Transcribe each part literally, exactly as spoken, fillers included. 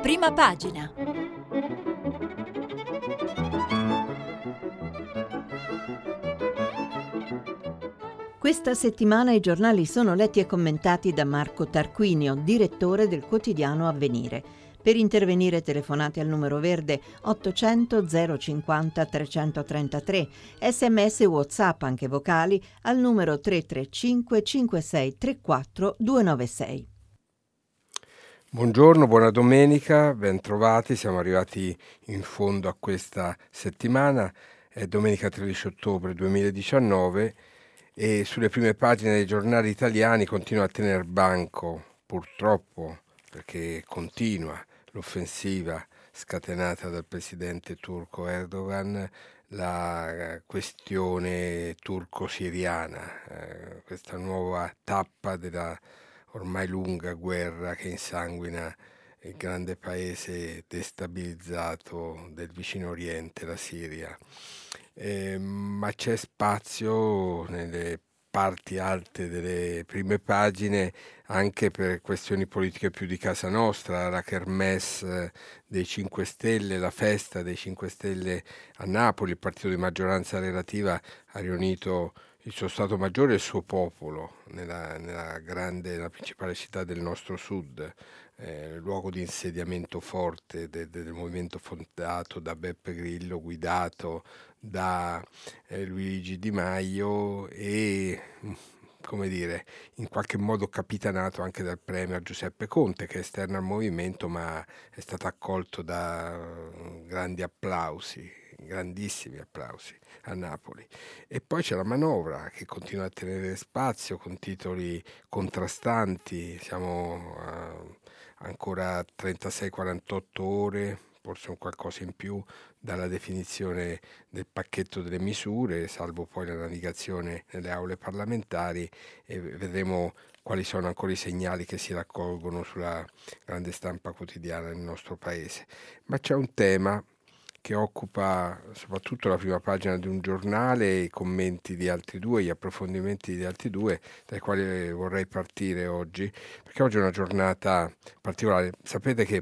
Prima pagina. Questa settimana i giornali sono letti e commentati da Marco Tarquinio, direttore del quotidiano Avvenire. Per intervenire telefonate al numero verde ottocento zero cinquanta trecentotrentatré, sms WhatsApp anche vocali al numero tre tre cinque cinque sei tre quattro due nove sei. Buongiorno, buona domenica, ben trovati, siamo arrivati in fondo a questa settimana, è domenica tredici ottobre duemiladiciannove e sulle prime pagine dei giornali italiani continua a tener banco, purtroppo, perché continua l'offensiva scatenata dal presidente turco Erdogan, la questione turco-siriana, eh, questa nuova tappa della ormai lunga guerra che insanguina il grande paese destabilizzato del vicino Oriente, la Siria. Eh, ma c'è spazio nelle parti alte delle prime pagine anche per questioni politiche più di casa nostra, la kermesse dei cinque Stelle, la festa dei cinque Stelle a Napoli. Il partito di maggioranza relativa ha riunito il suo Stato Maggiore e il suo popolo nella, nella grande, nella principale città del nostro sud, eh, luogo di insediamento forte de, de, del movimento fondato da Beppe Grillo, guidato da eh, Luigi Di Maio e, come dire, in qualche modo capitanato anche dal premier Giuseppe Conte, che è esterno al movimento ma è stato accolto da uh, grandi applausi, grandissimi applausi a Napoli. E poi c'è la manovra che continua a tenere spazio con titoli contrastanti, siamo uh, ancora trentasei quarantotto ore, forse un qualcosa in più dalla definizione del pacchetto delle misure, salvo poi la navigazione nelle aule parlamentari, e vedremo quali sono ancora i segnali che si raccolgono sulla grande stampa quotidiana del nostro paese. Ma c'è un tema che occupa soprattutto la prima pagina di un giornale, i commenti di altri due, gli approfondimenti di altri due, dai quali vorrei partire oggi, perché oggi è una giornata particolare. Sapete che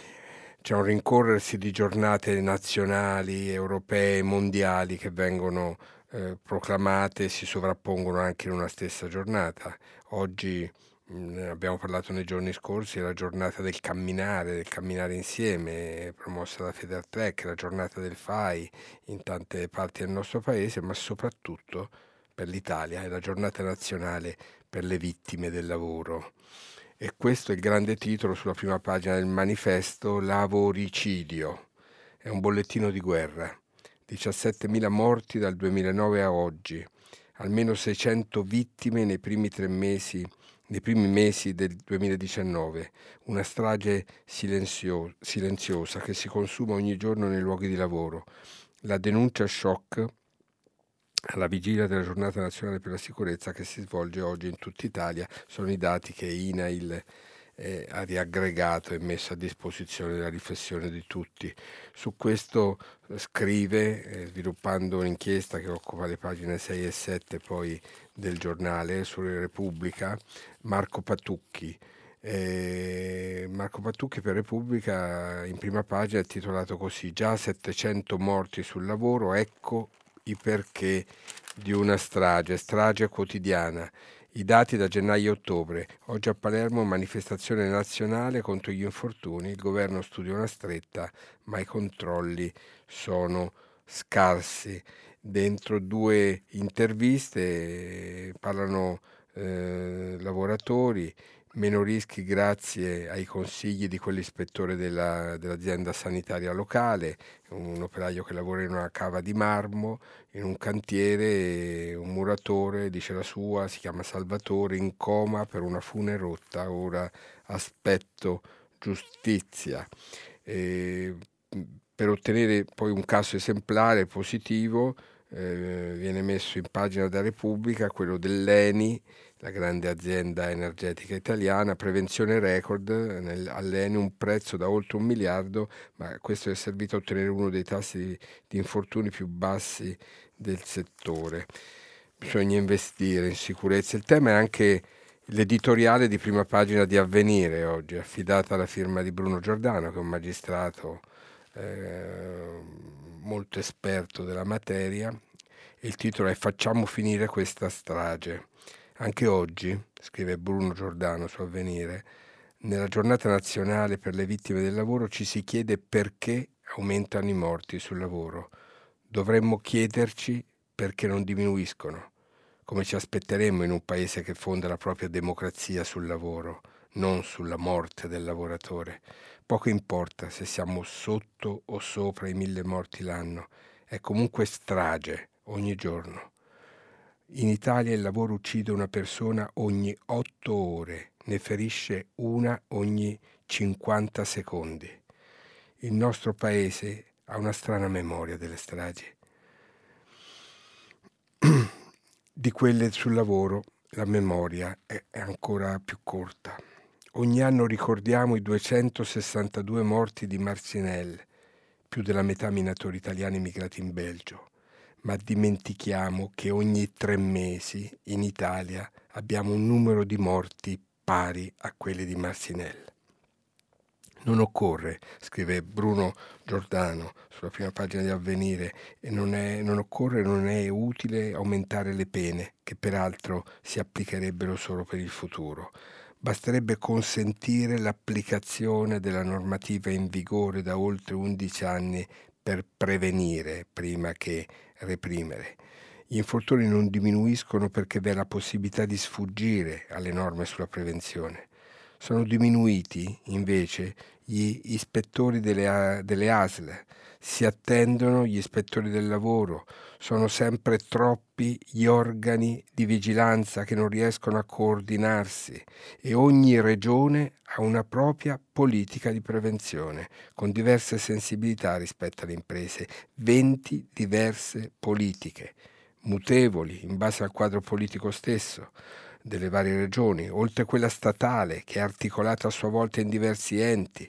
c'è un rincorrersi di giornate nazionali, europee, mondiali che vengono eh, proclamate e si sovrappongono anche in una stessa giornata. Oggi ne abbiamo parlato nei giorni scorsi, è la giornata del camminare, del camminare insieme, promossa da Federtrek, la giornata del F A I in tante parti del nostro paese, ma soprattutto per l'Italia è la giornata nazionale per le vittime del lavoro. E questo è il grande titolo sulla prima pagina del manifesto, Lavoricidio. È un bollettino di guerra. diciassettemila morti dal duemilanove a oggi, almeno seicento vittime nei primi tre mesi nei primi mesi del duemiladiciannove, una strage silenzio- silenziosa che si consuma ogni giorno nei luoghi di lavoro. La denuncia shock alla vigilia della giornata nazionale per la sicurezza che si svolge oggi in tutta Italia sono i dati che INAIL eh, ha riaggregato e messo a disposizione della riflessione di tutti. Su questo eh, scrive, eh, sviluppando un'inchiesta che occupa le pagine sei e sette poi del giornale, sulla Repubblica, Marco Patucchi. Eh, Marco Patucchi per Repubblica in prima pagina è titolato così: già settecento morti sul lavoro, ecco i perché di una strage, strage quotidiana. I dati da gennaio e ottobre. Oggi a Palermo manifestazione nazionale contro gli infortuni, il governo studia una stretta, ma i controlli sono scarsi. Dentro due interviste parlano eh, lavoratori, meno rischi grazie ai consigli di quell'ispettore della, dell'azienda sanitaria locale, un operaio che lavora in una cava di marmo, in un cantiere, un muratore, dice la sua, si chiama Salvatore, in coma per una fune rotta, ora aspetto giustizia. E, per ottenere poi un caso esemplare positivo eh, viene messo in pagina da Repubblica quello dell'Eni, la grande azienda energetica italiana, prevenzione record, nel, all'Eni un prezzo da oltre un miliardo, ma questo è servito a ottenere uno dei tassi di, di infortuni più bassi del settore. Bisogna investire in sicurezza. Il tema è anche l'editoriale di prima pagina di Avvenire oggi, affidata alla firma di Bruno Giordano, che è un magistrato eh, molto esperto della materia. Il titolo è "Facciamo finire questa strage". Anche oggi, scrive Bruno Giordano su Avvenire, nella giornata nazionale per le vittime del lavoro ci si chiede perché aumentano i morti sul lavoro. Dovremmo chiederci perché non diminuiscono, come ci aspetteremmo in un paese che fonda la propria democrazia sul lavoro, non sulla morte del lavoratore. Poco importa se siamo sotto o sopra i mille morti l'anno, è comunque strage ogni giorno. In Italia il lavoro uccide una persona ogni otto ore, ne ferisce una ogni cinquanta secondi. Il nostro paese ha una strana memoria delle stragi. Di quelle sul lavoro la memoria è ancora più corta. Ogni anno ricordiamo i duecentosessantadue morti di Marcinelle, più della metà minatori italiani emigrati in Belgio, ma dimentichiamo che ogni tre mesi in Italia abbiamo un numero di morti pari a quelli di Marcinelle. Non occorre, scrive Bruno Giordano sulla prima pagina di Avvenire, e non, è, non occorre, non è utile aumentare le pene, che peraltro si applicherebbero solo per il futuro. Basterebbe consentire l'applicazione della normativa in vigore da oltre undici anni per prevenire prima che reprimere. Gli infortuni non diminuiscono perché vi è la possibilità di sfuggire alle norme sulla prevenzione. Sono diminuiti, invece, gli ispettori delle, delle A S L, si attendono gli ispettori del lavoro, sono sempre troppi gli organi di vigilanza che non riescono a coordinarsi e ogni regione ha una propria politica di prevenzione, con diverse sensibilità rispetto alle imprese, venti diverse politiche, mutevoli in base al quadro politico stesso delle varie regioni, oltre quella statale che è articolata a sua volta in diversi enti.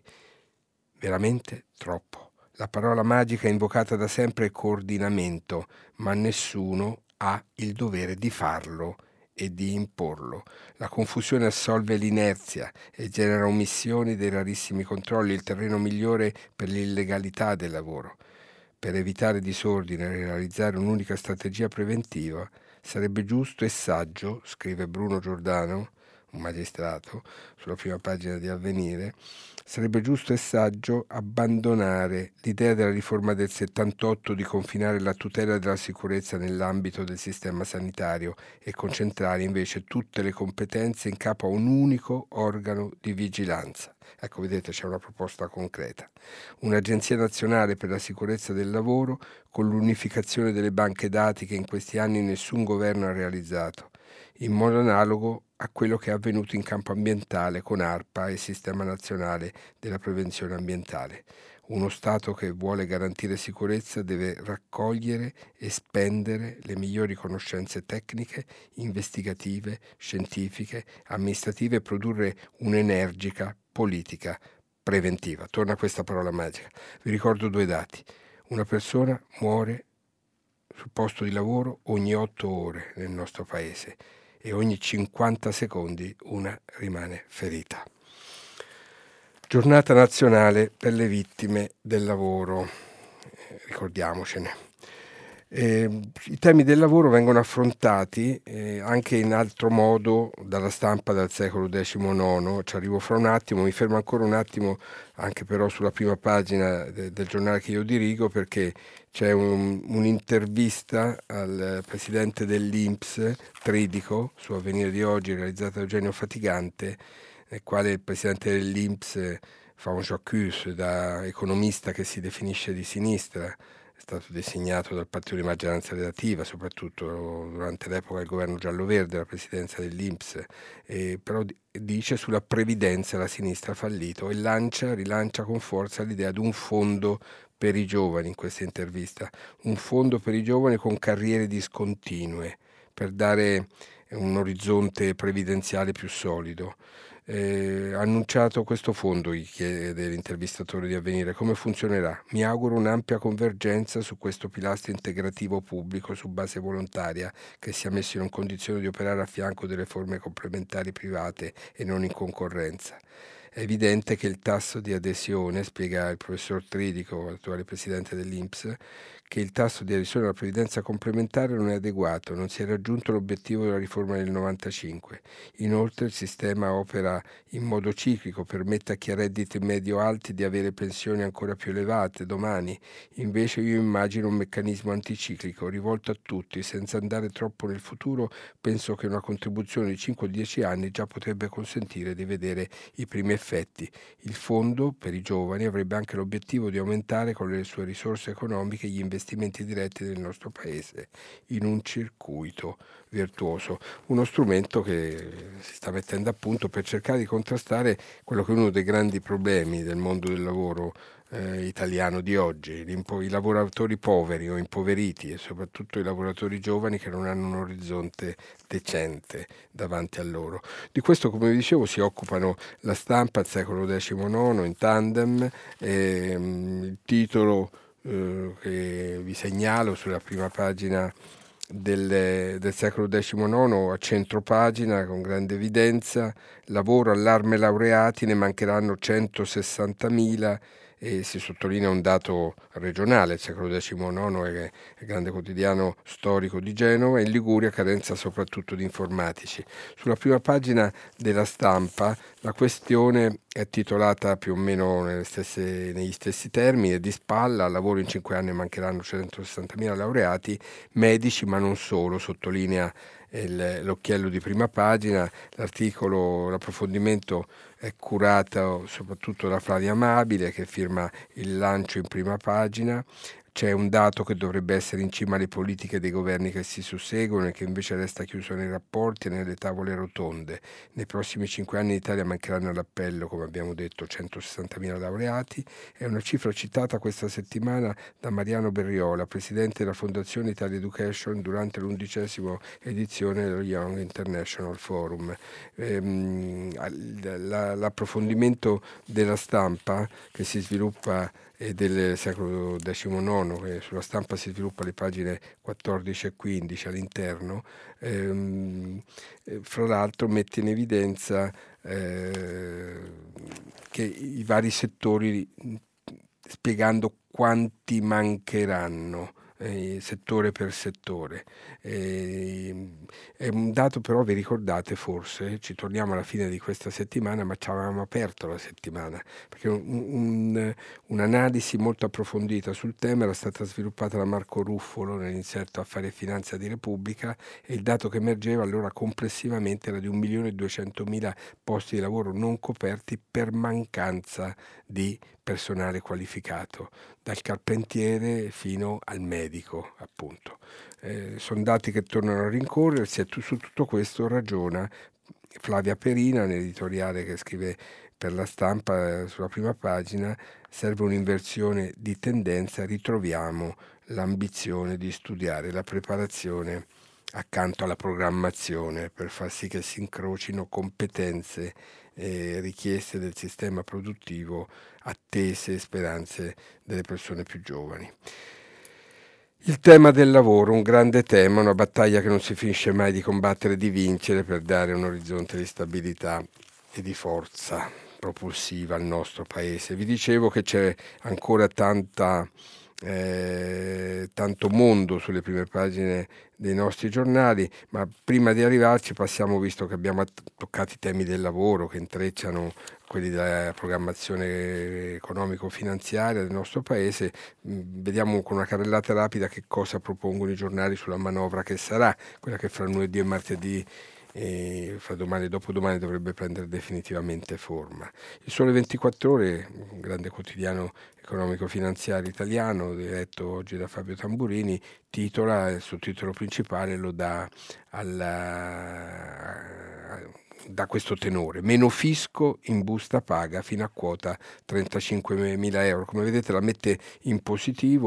Veramente troppo. La parola magica invocata da sempre è coordinamento, ma nessuno ha il dovere di farlo e di imporlo. La confusione assolve l'inerzia e genera omissioni dei rarissimi controlli, il terreno migliore per l'illegalità del lavoro. Per evitare disordine e realizzare un'unica strategia preventiva, sarebbe giusto e saggio, scrive Bruno Giordano, un magistrato, sulla prima pagina di Avvenire, sarebbe giusto e saggio abbandonare l'idea della riforma del settantotto di confinare la tutela della sicurezza nell'ambito del sistema sanitario e concentrare invece tutte le competenze in capo a un unico organo di vigilanza. Ecco, vedete, c'è una proposta concreta. Un'agenzia nazionale per la sicurezza del lavoro con l'unificazione delle banche dati che in questi anni nessun governo ha realizzato, in modo analogo a quello che è avvenuto in campo ambientale con ARPA e Sistema Nazionale della Prevenzione Ambientale. Uno Stato che vuole garantire sicurezza deve raccogliere e spendere le migliori conoscenze tecniche, investigative, scientifiche, amministrative e produrre un'energica politica preventiva. Torna a questa parola magica. Vi ricordo due dati. Una persona muore sul posto di lavoro ogni otto ore nel nostro paese e ogni cinquanta secondi una rimane ferita. Giornata nazionale per le vittime del lavoro, eh, ricordiamocene. Eh, I temi del lavoro vengono affrontati eh, anche in altro modo dalla stampa del secolo diciannove. Ci arrivo fra un attimo, mi fermo ancora un attimo anche però sulla prima pagina de- del giornale che io dirigo, perché c'è un, un'intervista al presidente dell'I N P S, Tridico, su Avvenire di oggi, realizzata da Eugenio Fatigante, nel quale il presidente dell'I N P S fa un j'accuse da economista che si definisce di sinistra. È stato designato dal partito di maggioranza relativa, soprattutto durante l'epoca del governo giallo-verde, la presidenza dell'I N P S, eh, però d- dice sulla previdenza la sinistra ha fallito e lancia, rilancia con forza l'idea di un fondo per i giovani in questa intervista, un fondo per i giovani con carriere discontinue, per dare un orizzonte previdenziale più solido. Eh, ha annunciato questo fondo, gli chiede l'intervistatore di Avvenire. Come funzionerà? Mi auguro un'ampia convergenza su questo pilastro integrativo pubblico su base volontaria che sia messo in condizione di operare a fianco delle forme complementari private e non in concorrenza. È evidente che il tasso di adesione, spiega il professor Tridico, attuale presidente dell'I N P S, che il tasso di adesione alla previdenza complementare non è adeguato, non si è raggiunto l'obiettivo della riforma del novantacinque. Inoltre il sistema opera in modo ciclico, permette a chi ha redditi medio-alti di avere pensioni ancora più elevate domani. Invece io immagino un meccanismo anticiclico, rivolto a tutti, senza andare troppo nel futuro. Penso che una contribuzione di cinque o dieci anni già potrebbe consentire di vedere i primi effetti. Il fondo per i giovani avrebbe anche l'obiettivo di aumentare con le sue risorse economiche gli investimenti diretti del nostro Paese in un circuito virtuoso, uno strumento che si sta mettendo a punto per cercare di contrastare quello che è uno dei grandi problemi del mondo del lavoro eh, italiano di oggi, i lavoratori poveri o impoveriti e soprattutto i lavoratori giovani che non hanno un orizzonte decente davanti a loro. Di questo, come vi dicevo, si occupano La Stampa, Il secolo diciannove, in tandem, e, um, il titolo eh, che vi segnalo sulla prima pagina del, del secolo diciannove, a centro pagina con grande evidenza: lavoro, allarme laureati, ne mancheranno centosessantamila, e si sottolinea un dato regionale. Il secolo diciannove è il grande quotidiano storico di Genova, in Liguria carenza soprattutto di informatici. Sulla prima pagina della Stampa la questione è titolata più o meno nelle stesse, negli stessi termini: di spalla, al lavoro in cinque anni mancheranno centosessantamila laureati, medici ma non solo, sottolinea il, l'occhiello di prima pagina. L'articolo, l'approfondimento è curato soprattutto da Flavia Amabile, che firma il lancio in prima pagina. C'è un dato che dovrebbe essere in cima alle politiche dei governi che si susseguono e che invece resta chiuso nei rapporti e nelle tavole rotonde. Nei prossimi cinque anni in Italia mancheranno all'appello, come abbiamo detto, centosessantamila laureati. È una cifra citata questa settimana da Mariano Berriola, presidente della Fondazione Italia Education, durante l'undicesima edizione dello Young International Forum. Ehm, la, l'approfondimento della Stampa, che si sviluppa, e del secolo diciannove, che sulla Stampa si sviluppa le pagine quattordici e quindici all'interno, ehm, fra l'altro mette in evidenza eh, che i vari settori, spiegando quanti mancheranno, eh, settore per settore. Eh, è un dato, però vi ricordate forse, ci torniamo alla fine di questa settimana, ma ci avevamo aperto la settimana, perché un, un, un'analisi molto approfondita sul tema era stata sviluppata da Marco Ruffolo nell'inserto Affari e Finanza di Repubblica, e il dato che emergeva allora complessivamente era di un milione e duecentomila posti di lavoro non coperti per mancanza di personale qualificato, dal carpentiere fino al medico, appunto. Eh, sono dati che tornano a rincorrersi, e tu, su tutto questo ragiona Flavia Perina nell'editoriale che scrive per La Stampa, eh, sulla prima pagina: serve un'inversione di tendenza, ritroviamo l'ambizione di studiare la preparazione accanto alla programmazione per far sì che si incrocino competenze e richieste del sistema produttivo, attese e speranze delle persone più giovani. Il tema del lavoro, un grande tema, una battaglia che non si finisce mai di combattere e di vincere per dare un orizzonte di stabilità e di forza propulsiva al nostro paese. Vi dicevo che c'è ancora tanta, eh, tanto mondo sulle prime pagine dei nostri giornali, ma prima di arrivarci passiamo, visto che abbiamo toccato i temi del lavoro che intrecciano quelli della programmazione economico-finanziaria del nostro paese, vediamo con una carrellata rapida che cosa propongono i giornali sulla manovra che sarà, quella che fra lunedì e martedì e fra domani e dopodomani dovrebbe prendere definitivamente forma. Il Sole ventiquattro Ore, un grande quotidiano economico-finanziario italiano, diretto oggi da Fabio Tamburini, titola, il suo titolo principale lo dà alla, da questo tenore: meno fisco in busta paga fino a quota trentacinquemila euro. Come vedete la mette in positivo,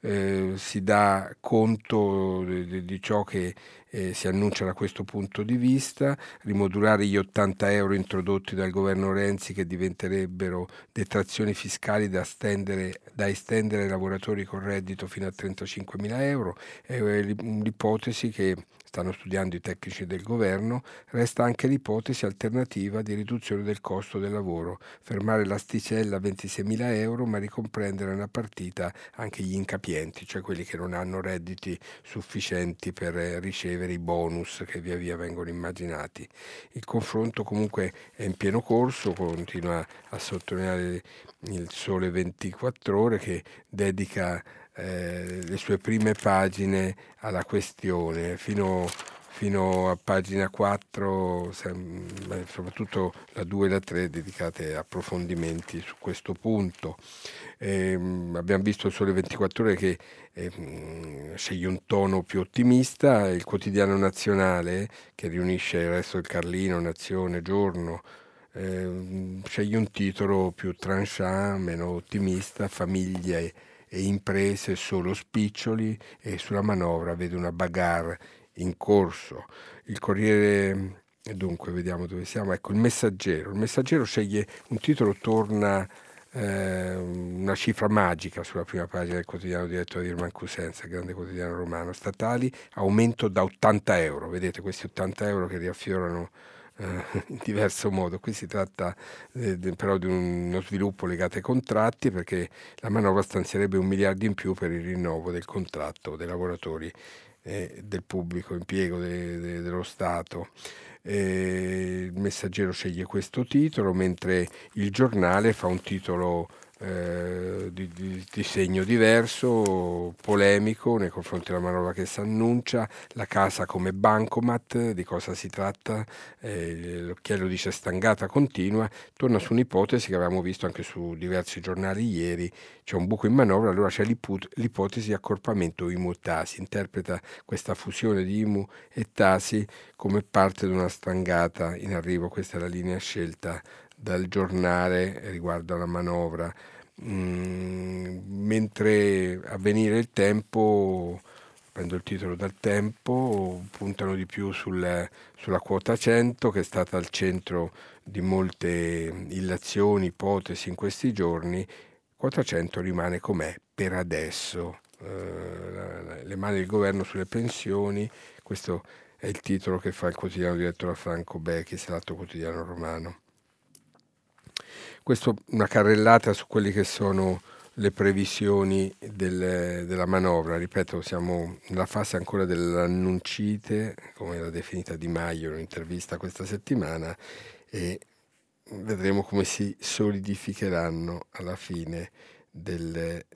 eh, si dà conto di, di ciò che eh, si annuncia da questo punto di vista, rimodulare gli ottanta euro introdotti dal governo Renzi che diventerebbero detrazioni fiscali da, stendere, da estendere ai lavoratori con reddito fino a trentacinquemila euro, è l'ipotesi che stanno studiando i tecnici del governo. Resta anche l'ipotesi alternativa di riduzione del costo del lavoro, fermare l'asticella a ventiseimila euro ma ricomprendere nella partita anche gli incapienti, cioè quelli che non hanno redditi sufficienti per ricevere i bonus che via via vengono immaginati. Il confronto comunque è in pieno corso, continua a sottolineare il Sole ventiquattro Ore che dedica eh, le sue prime pagine alla questione, fino, fino a pagina quattro, sem- soprattutto la due e la tre dedicate a approfondimenti su questo punto. Ehm, abbiamo visto il Sole ventiquattro Ore che ehm, sceglie un tono più ottimista, il Quotidiano Nazionale che riunisce il Resto del Carlino, Nazione, Giorno, ehm, sceglie un titolo più tranchant, meno ottimista, Famiglie e imprese solo spiccioli, e sulla manovra vede una bagarre in corso. Il Corriere, dunque vediamo dove siamo, ecco il Messaggero. Il Messaggero sceglie un titolo, torna eh, una cifra magica sulla prima pagina del quotidiano diretto da Irman Cosenza, grande quotidiano romano. Statali, aumento da ottanta euro, vedete questi ottanta euro che riaffiorano in diverso modo. Qui si tratta eh, però di un, uno sviluppo legato ai contratti, perché la manovra stanzierebbe un miliardo in più per il rinnovo del contratto dei lavoratori eh, del pubblico impiego de, de, dello Stato. Eh, il Messaggero sceglie questo titolo, mentre il Giornale fa un titolo eh, di, di, di segno diverso, polemico nei confronti della manovra che si annuncia. La casa come bancomat, di cosa si tratta? Eh, l'occhiello dice stangata continua, torna su un'ipotesi che avevamo visto anche su diversi giornali ieri. C'è un buco in manovra, allora c'è l'ipotesi di accorpamento I M U e Tasi, interpreta questa fusione di I M U e Tasi come parte di una stangata in arrivo. Questa è la linea scelta dal Giornale riguardo alla manovra. Mm, mentre Avvenire, Il Tempo, prendo il titolo dal Tempo, puntano di più sul, sulla quota cento, che è stata al centro di molte illazioni, ipotesi in questi giorni. Quota cento rimane com'è per adesso. Eh, le mani del governo sulle pensioni, questo è il titolo che fa il quotidiano diretto da Franco Bechis, l'Altro Quotidiano Romano. Questo una carrellata su quelle che sono le previsioni del, della manovra. Ripeto, siamo nella fase ancora dell'annuncite, come l'ha definita Di Maio in un'intervista questa settimana, e vedremo come si solidificheranno alla fine del,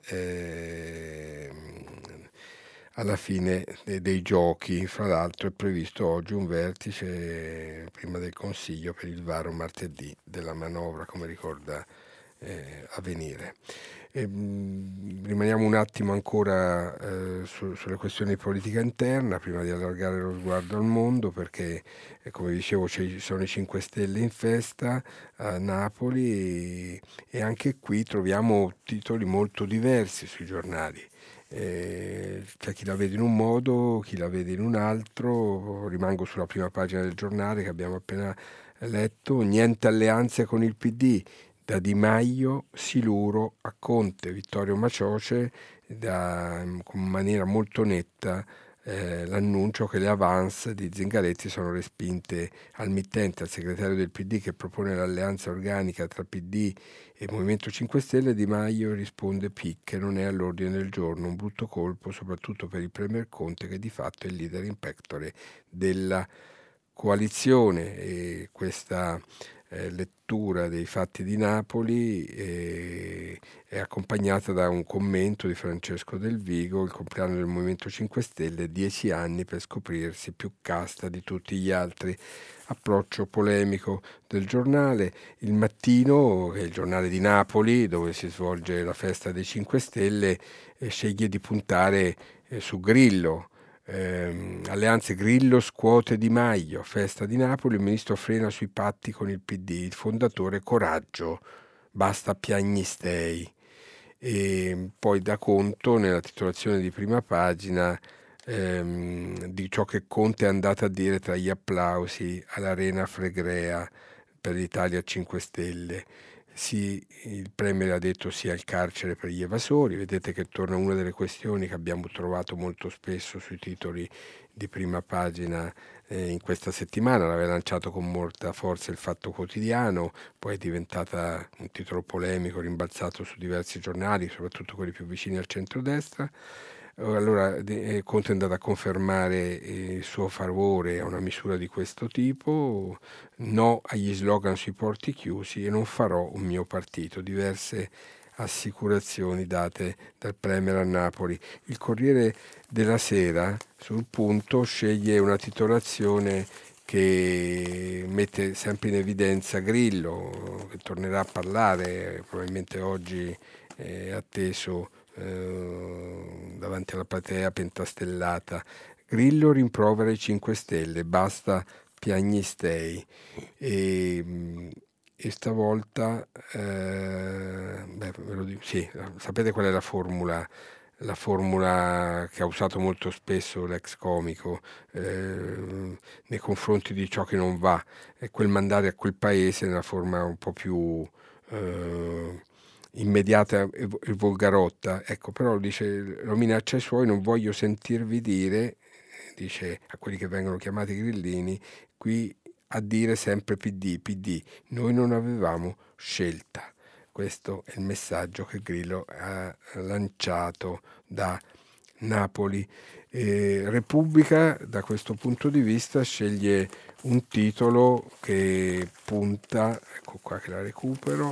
eh, alla fine dei, dei giochi. Fra l'altro è previsto oggi un vertice prima del Consiglio per il varo martedì della manovra, come ricorda eh, Avvenire. E, mh, rimaniamo un attimo ancora eh, su, sulle questioni di politica interna prima di allargare lo sguardo al mondo, perché eh, come dicevo ci sono i cinque Stelle in festa a Napoli, e, e anche qui troviamo titoli molto diversi sui giornali. Eh, c'è chi la vede in un modo, chi la vede in un altro. Rimango sulla prima pagina del Giornale che abbiamo appena letto: niente alleanze con il P D, da Di Maio Siluro a Conte. Vittorio Macioce da, con maniera molto netta eh, l'annuncio che le avance di Zingaretti sono respinte al mittente, al segretario del P D che propone l'alleanza organica tra P D e Movimento cinque Stelle. Di Maio risponde picche, non è all'ordine del giorno, un brutto colpo soprattutto per il Premier Conte che di fatto è il leader in pectore della coalizione. E questa eh, lettura dei fatti di Napoli eh, è accompagnata da un commento di Francesco Del Vigo: il compleanno del Movimento cinque Stelle, dieci anni per scoprirsi più casta di tutti gli altri. Approccio polemico del Giornale. Il Mattino, che è il giornale di Napoli dove si svolge la festa dei cinque Stelle, eh, sceglie di puntare eh, su Grillo. Eh, alleanze Grillo scuote Di Maio, festa di Napoli, il ministro frena sui patti con il P D, il fondatore coraggio, basta piagnistei. e poi dà conto nella titolazione di prima pagina ehm, di ciò che Conte è andato a dire tra gli applausi all'Arena Flegrea per l'Italia cinque Stelle. Sì, il Premier ha detto sia il carcere per gli evasori. Vedete che torna una delle questioni che abbiamo trovato molto spesso sui titoli di prima pagina eh, in questa settimana. L'aveva lanciato con molta forza il Fatto Quotidiano, poi è diventata un titolo polemico, rimbalzato su diversi giornali, soprattutto quelli più vicini al centrodestra. Allora eh, Conte è andato a confermare eh, il suo favore a una misura di questo tipo, no agli slogan sui porti chiusi e non farò un mio partito, diverse assicurazioni date dal Premier a Napoli. Il Corriere della Sera sul punto sceglie una titolazione che mette sempre in evidenza Grillo, che tornerà a parlare, probabilmente oggi è atteso eh, davanti alla platea pentastellata. Grillo rimprovera i cinque Stelle, basta piagnistei. E, e stavolta, eh, beh, ve lo dico, sì, sapete qual è la formula? La formula che ha usato molto spesso l'ex comico eh, nei confronti di ciò che non va, è quel mandare a quel paese nella forma un po' più eh, immediata e, e volgarotta. Ecco, però dice, lo minaccia ai suoi, non voglio sentirvi dire, dice a quelli che vengono chiamati grillini, qui a dire sempre P D, P D, noi non avevamo scelta. Questo è il messaggio che Grillo ha lanciato da Napoli. Eh, Repubblica, da questo punto di vista, sceglie un titolo che punta, ecco qua che la recupero,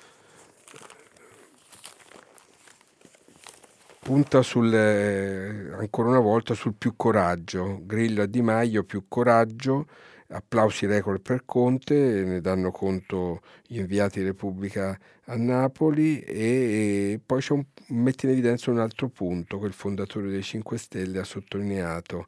punta sul, eh, ancora una volta sul più coraggio. Grillo a Di Maio, più coraggio, applausi record per Conte, ne danno conto gli inviati di Repubblica a Napoli e, e poi c'è un, mette in evidenza un altro punto che il fondatore dei cinque Stelle ha sottolineato.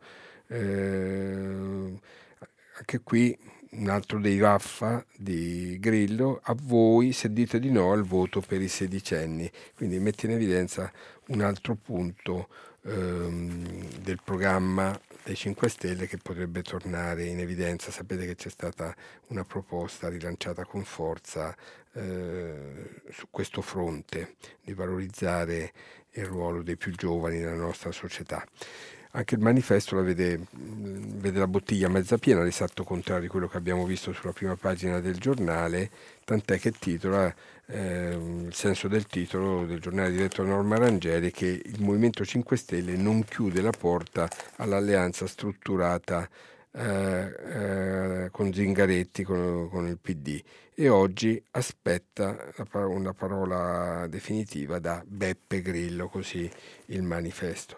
Eh, anche qui un altro dei vaffa di Grillo, a voi se dite di no al voto per i sedicenni, quindi mette in evidenza un altro punto ehm, del programma dei cinque Stelle che potrebbe tornare in evidenza. Sapete che c'è stata una proposta rilanciata con forza eh, su questo fronte di valorizzare il ruolo dei più giovani nella nostra società. Anche il manifesto la vede, vede la bottiglia mezza piena, l'esatto contrario di quello che abbiamo visto sulla prima pagina del giornale, tant'è che titola, eh, il senso del titolo del giornale diretto da Norma Rangeri, che il Movimento cinque Stelle non chiude la porta all'alleanza strutturata eh, eh, con Zingaretti, con, con il P D, e oggi aspetta la, una parola definitiva da Beppe Grillo, così il manifesto.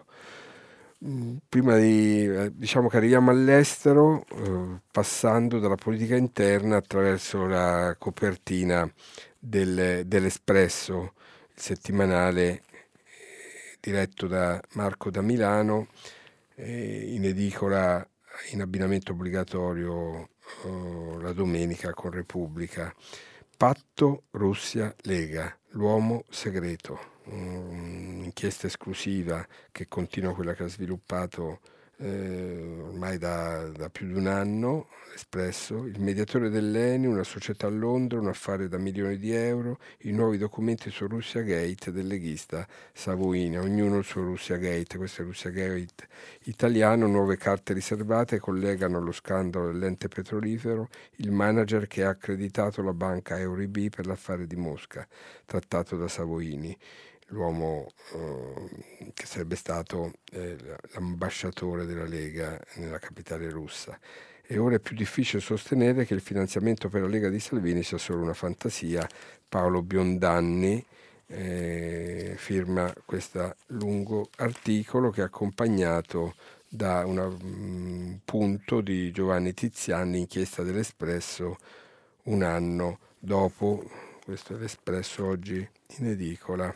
Prima di, eh, diciamo che arriviamo all'estero, eh, passando dalla politica interna attraverso la copertina del, dell'Espresso, il settimanale eh, diretto da Marco da Milano, eh, in edicola in abbinamento obbligatorio eh, la domenica con Repubblica. Patto Russia-Lega, l'uomo segreto. Un'inchiesta esclusiva che continua quella che ha sviluppato eh, ormai da, da più di un anno l'Espresso, il mediatore dell'E N I, una società a Londra, un affare da milioni di euro, i nuovi documenti su Russia Gate del leghista Savoini, ognuno il suo Russia Gate, questo è Russia Gate italiano, nuove carte riservate collegano lo scandalo dell'ente petrolifero, il manager che ha accreditato la banca Eurib per l'affare di Mosca, trattato da Savoini, l'uomo eh, che sarebbe stato eh, l'ambasciatore della Lega nella capitale russa. E ora è più difficile sostenere che il finanziamento per la Lega di Salvini sia solo una fantasia. Paolo Biondanni eh, firma questo lungo articolo che è accompagnato da una, un punto di Giovanni Tiziani, inchiesta dell'Espresso un anno dopo. Questo è l'Espresso oggi in edicola.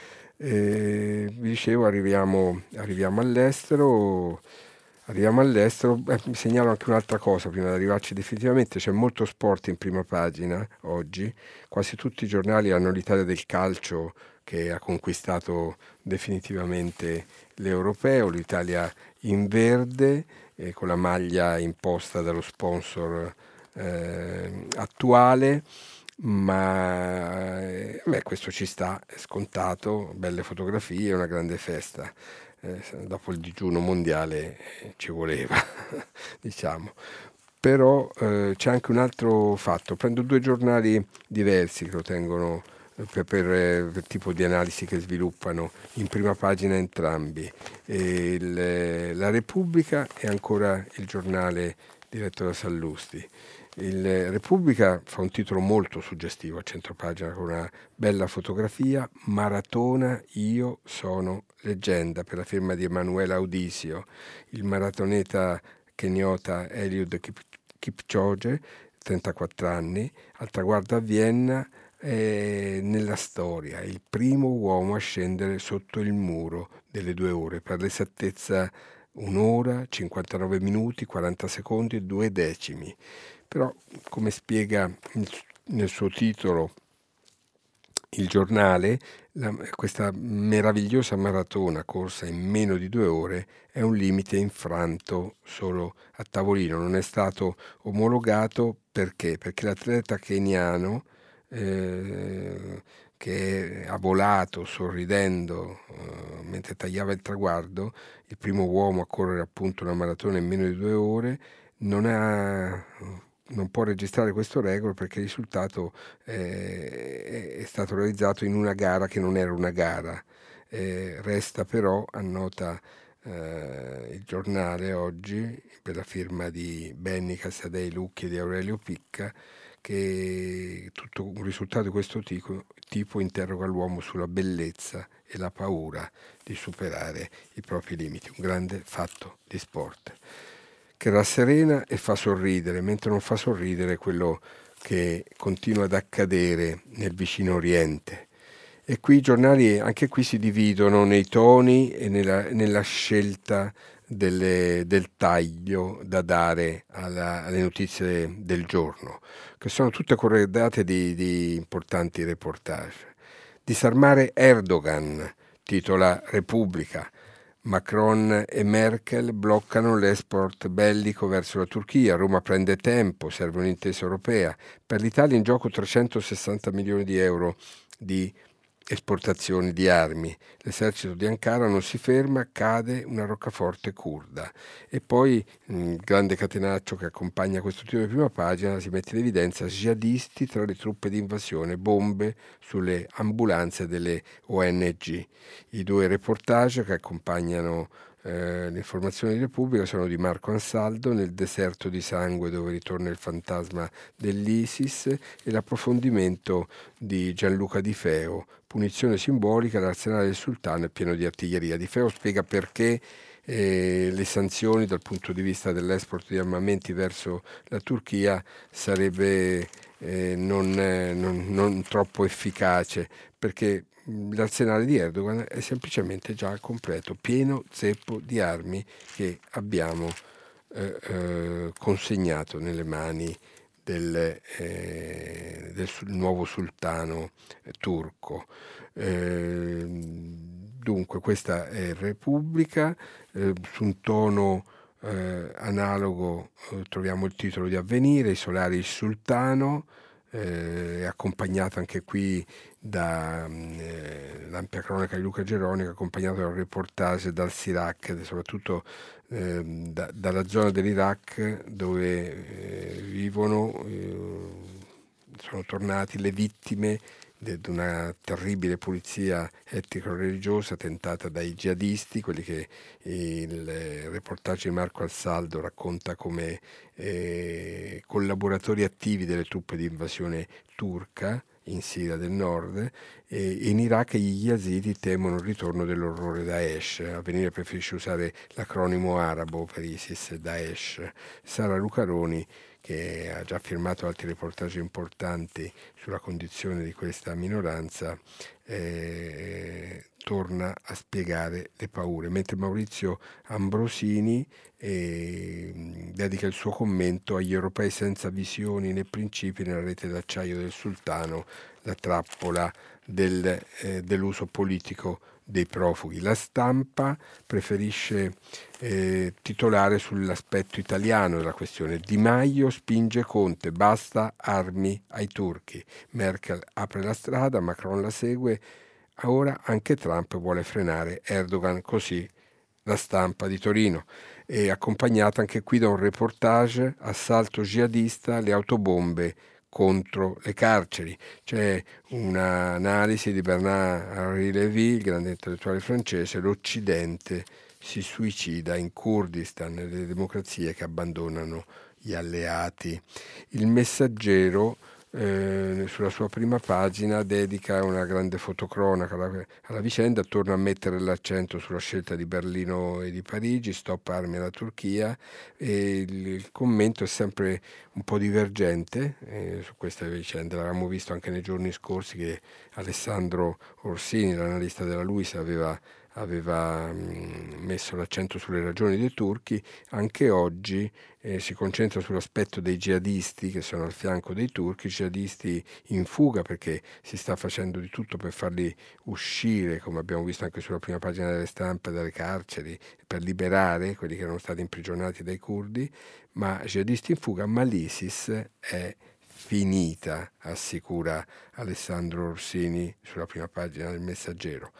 Eh, vi dicevo, arriviamo, arriviamo all'estero. Arriviamo all'estero, eh, mi segnalo anche un'altra cosa prima di arrivarci definitivamente, c'è molto sport in prima pagina oggi, quasi tutti i giornali hanno l'Italia del calcio che ha conquistato definitivamente l'Europeo, l'Italia in verde, eh, con la maglia imposta dallo sponsor eh, attuale, ma eh, beh, questo ci sta, è scontato, belle fotografie, una grande festa. Eh, dopo il digiuno mondiale eh, ci voleva, diciamo. Però eh, c'è anche un altro fatto, prendo due giornali diversi che lo tengono eh, per, per, eh, per tipo di analisi che sviluppano in prima pagina entrambi. E il, eh, la Repubblica e ancora il giornale diretto da Sallusti. Il Repubblica fa un titolo molto suggestivo a centropagina con una bella fotografia: Maratona, io sono leggenda, per la firma di Emanuele Audisio, il maratoneta keniota Eliud Kipchoge, trentaquattro anni, al traguardo a Vienna, è nella storia il primo uomo a scendere sotto il muro delle due ore, per l'esattezza un'ora, cinquantanove minuti, quaranta secondi e due decimi. Però, come spiega nel suo titolo il giornale, la, questa meravigliosa maratona corsa in meno di due ore è un limite infranto solo a tavolino. Non è stato omologato perché? Perché l'atleta keniano, eh, che ha volato sorridendo eh, mentre tagliava il traguardo, il primo uomo a correre appunto una maratona in meno di due ore, non ha... non può registrare questo record perché il risultato eh, è stato realizzato in una gara che non era una gara. Eh, resta però, annota eh, il giornale oggi, per la firma di Benny Casadei Lucchi e di Aurelio Picca, che tutto un risultato di questo tipo, tipo interroga l'uomo sulla bellezza e la paura di superare i propri limiti. Un grande fatto di sport che rasserena e fa sorridere, mentre non fa sorridere quello che continua ad accadere nel vicino Oriente. E qui i giornali anche qui si dividono nei toni e nella, nella scelta delle, del taglio da dare alla, alle notizie del giorno, che sono tutte corredate di, di importanti reportage. Disarmare Erdogan, titola Repubblica. Macron e Merkel bloccano l'export bellico verso la Turchia, Roma prende tempo, serve un'intesa europea. Per l'Italia in gioco trecentosessanta milioni di euro di esportazioni di armi. L'esercito di Ankara non si ferma, cade una roccaforte curda. E poi il grande catenaccio che accompagna questo titolo di prima pagina si mette in evidenza: jihadisti tra le truppe di invasione, bombe sulle ambulanze delle O N G. I due reportage che accompagnano eh, l'informazione di Repubblica sono di Marco Ansaldo, Nel deserto di sangue dove ritorna il fantasma dell'ISIS, e l'approfondimento di Gianluca Di Feo, Punizione simbolica, l'arsenale del sultano è pieno di artiglieria. Di Feo spiega perché eh, le sanzioni dal punto di vista dell'export di armamenti verso la Turchia sarebbe eh, non, eh, non, non troppo efficace, perché l'arsenale di Erdogan è semplicemente già al completo, pieno zeppo di armi che abbiamo eh, eh, consegnato nelle mani del, eh, del nuovo sultano eh, turco. Eh, dunque questa è Repubblica, eh, su un tono eh, analogo eh, troviamo il titolo di Avvenire, I solari il sultano, eh, è accompagnato anche qui da eh, l'ampia cronaca di Luca Geronica, accompagnato dal reportage dal Siraq, soprattutto eh, da, dalla zona dell'Iraq dove eh, vivono, eh, sono tornati le vittime di una terribile pulizia etnico-religiosa tentata dai jihadisti, quelli che il reportage di Marco Ansaldo racconta come eh, collaboratori attivi delle truppe di invasione turca in Siria del Nord, e in Iraq gli yazidi temono il ritorno dell'orrore Daesh. Avvenire preferisce usare l'acronimo arabo per ISIS, Daesh. Sara Lucaroni, che ha già firmato altri reportage importanti sulla condizione di questa minoranza, eh, torna a spiegare le paure, mentre Maurizio Ambrosini eh, dedica il suo commento agli europei senza visioni né principi nella rete d'acciaio del sultano, la trappola del, eh, dell'uso politico dei profughi. La Stampa preferisce eh, titolare sull'aspetto italiano della questione. Di Maio spinge Conte, basta armi ai turchi. Merkel apre la strada, Macron la segue. Ora anche Trump vuole frenare Erdogan, così La Stampa di Torino. È accompagnata anche qui da un reportage, assalto jihadista, le autobombe contro le carceri. C'è un'analisi di Bernard-Henri Lévy, il grande intellettuale francese, l'Occidente si suicida in Kurdistan, nelle democrazie che abbandonano gli alleati. Il Messaggero Eh, sulla sua prima pagina dedica una grande fotocronaca alla, alla vicenda, torna a mettere l'accento sulla scelta di Berlino e di Parigi, stop armi alla Turchia, e il, il commento è sempre un po' divergente eh, su questa vicenda. L'avevamo visto anche nei giorni scorsi che Alessandro Orsini, l'analista della Luisa, aveva aveva mh, messo l'accento sulle ragioni dei turchi. Anche oggi eh, si concentra sull'aspetto dei jihadisti che sono al fianco dei turchi, jihadisti in fuga perché si sta facendo di tutto per farli uscire, come abbiamo visto anche sulla prima pagina delle stampe, dalle carceri, per liberare quelli che erano stati imprigionati dai curdi, ma jihadisti in fuga, ma l'ISIS è finita, assicura Alessandro Orsini sulla prima pagina del Messaggero.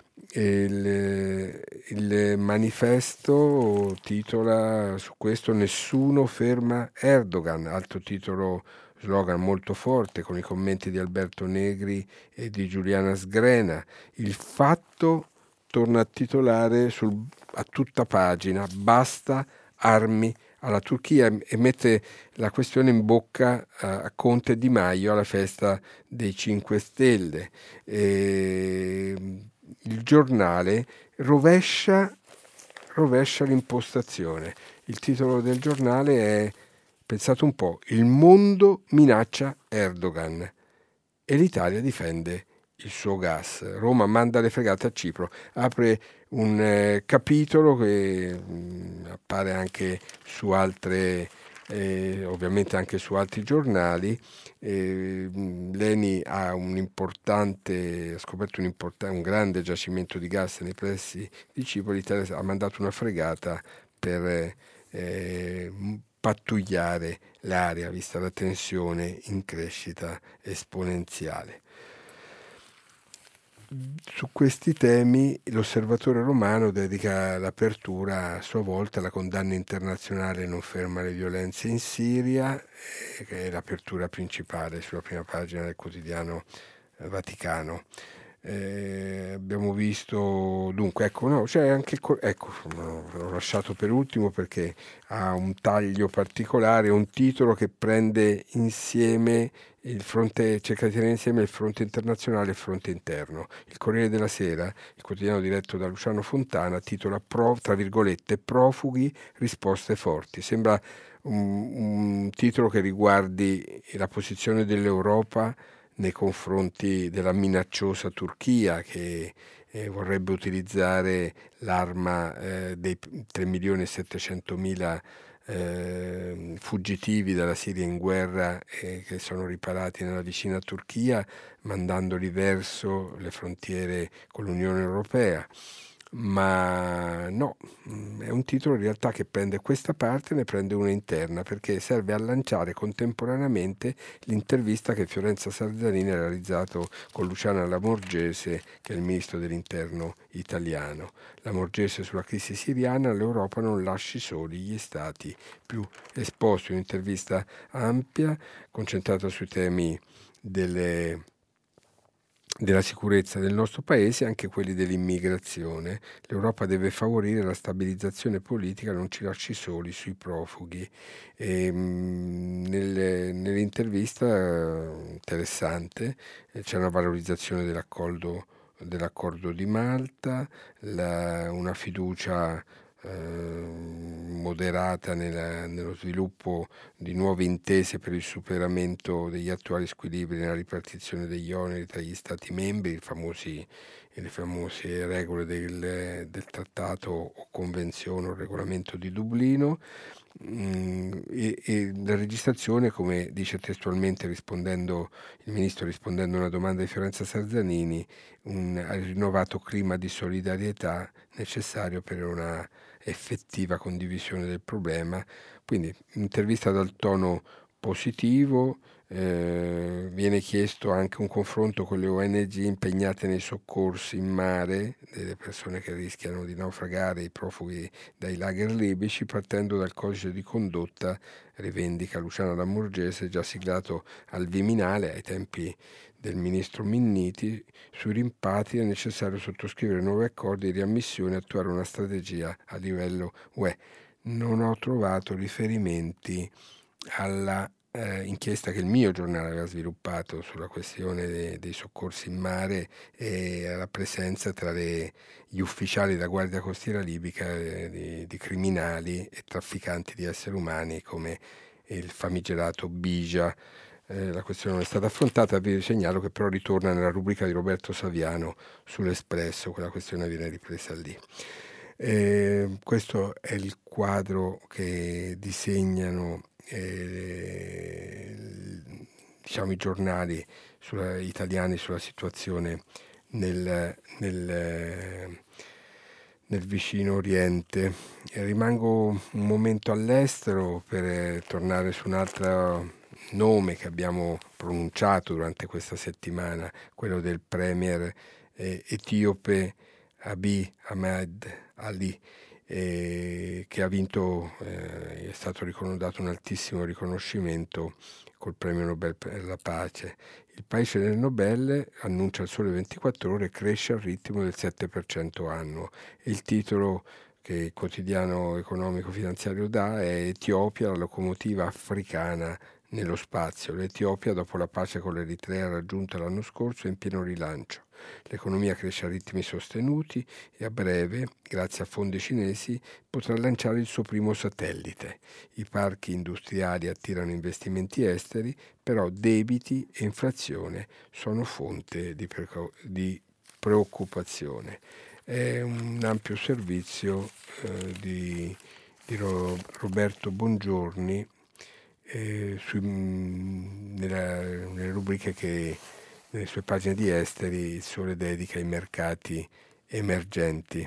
Il, il manifesto titola su questo: nessuno ferma Erdogan, altro titolo, slogan molto forte con i commenti di Alberto Negri e di Giuliana Sgrena. Il Fatto torna a titolare sul, a tutta pagina, basta armi alla Turchia, e mette la questione in bocca a, a Conte e Di Maio alla festa dei cinque Stelle. E, il Giornale rovescia, rovescia l'impostazione. Il titolo del giornale è, pensate un po', il mondo minaccia Erdogan e l'Italia difende il suo gas. Roma manda le fregate a Cipro. Apre un eh, capitolo che mh, appare anche su altre, eh, ovviamente anche su altri giornali. Eh, L'Eni ha un importante, ha scoperto un, importante, un grande giacimento di gas nei pressi di Cipro. L'Italia ha mandato una fregata per eh, pattugliare l'area, vista la tensione in crescita esponenziale. Su questi temi l'Osservatore Romano dedica l'apertura a sua volta alla condanna internazionale non ferma le violenze in Siria, eh, che è l'apertura principale sulla prima pagina del quotidiano Vaticano. Eh, abbiamo visto dunque, ecco, no, c'è anche, ecco, l'ho lasciato per ultimo perché ha un taglio particolare, un titolo che prende insieme il fronte, cerca di tenere insieme il fronte internazionale e il fronte interno. Il Corriere della Sera, il quotidiano diretto da Luciano Fontana, titola pro, tra virgolette, profughi, risposte forti. Sembra un, un titolo che riguardi la posizione dell'Europa nei confronti della minacciosa Turchia, che eh, vorrebbe utilizzare l'arma eh, dei tre milioni e settecentomila eh, fuggitivi dalla Siria in guerra eh, che sono riparati nella vicina Turchia, mandandoli verso le frontiere con l'Unione Europea. Ma no, è un titolo in realtà che prende questa parte e ne prende una interna, perché serve a lanciare contemporaneamente l'intervista che Fiorenza Sardanini ha realizzato con Luciana Lamorgese, che è il ministro dell'interno italiano. Lamorgese sulla crisi siriana: l'Europa non lasci soli gli stati più esposti. Un'intervista ampia, concentrata sui temi delle della sicurezza del nostro paese e anche quelli dell'immigrazione. L'Europa deve favorire la stabilizzazione politica, non ci lasci soli sui profughi. E, mh, nel, nell'intervista eh, interessante eh, c'è una valorizzazione dell'accordo, dell'accordo di Malta, la, una fiducia eh, moderata nella, nello sviluppo di nuove intese per il superamento degli attuali squilibri nella ripartizione degli oneri tra gli Stati membri, i famosi, le famose regole del, del trattato o convenzione o regolamento di Dublino. Mm, e, e la registrazione, come dice testualmente rispondendo il ministro rispondendo a una domanda di Fiorenza Sarzanini, un rinnovato clima di solidarietà necessario per una effettiva condivisione del problema. Quindi intervista dal tono positivo, eh, viene chiesto anche un confronto con le O N G impegnate nei soccorsi in mare delle persone che rischiano di naufragare, i profughi dai lager libici, partendo dal codice di condotta, rivendica Luciano Lamorgese, già siglato al Viminale ai tempi del ministro Minniti. Sui rimpatri è necessario sottoscrivere nuovi accordi di riammissione e attuare una strategia a livello U E. Non ho trovato riferimenti alla eh, inchiesta che il mio giornale aveva sviluppato sulla questione de, dei soccorsi in mare e alla presenza tra le, gli ufficiali della Guardia Costiera libica eh, di, di criminali e trafficanti di esseri umani come il famigerato Bija. Eh, la questione non è stata affrontata, vi segnalo che però ritorna nella rubrica di Roberto Saviano sull'Espresso, quella questione viene ripresa lì. Eh, questo è il quadro che disegnano eh, diciamo, i giornali sulla, italiani sulla situazione nel, nel, nel vicino Oriente. E rimango un momento all'estero per eh, tornare su un altro nome che abbiamo pronunciato durante questa settimana, quello del premier eh, etiope Abiy Ahmed Ali, eh, che ha vinto, eh, è stato dato un altissimo riconoscimento col premio Nobel per la pace. Il paese del Nobel, annuncia il Sole ventiquattro Ore, cresce al ritmo del sette per cento annuo. E il titolo che il quotidiano economico-finanziario dà è Etiopia, la locomotiva africana nello spazio. L'Etiopia, dopo la pace con l'Eritrea raggiunta l'anno scorso, è in pieno rilancio. L'economia cresce a ritmi sostenuti e a breve, grazie a fondi cinesi, potrà lanciare il suo primo satellite. I parchi industriali attirano investimenti esteri, però debiti e inflazione sono fonte di, preco- di preoccupazione. È un ampio servizio eh, di, di Roberto Bongiorni eh, sui, nella, nelle rubriche che nelle sue pagine di esteri il Sole dedica ai mercati emergenti.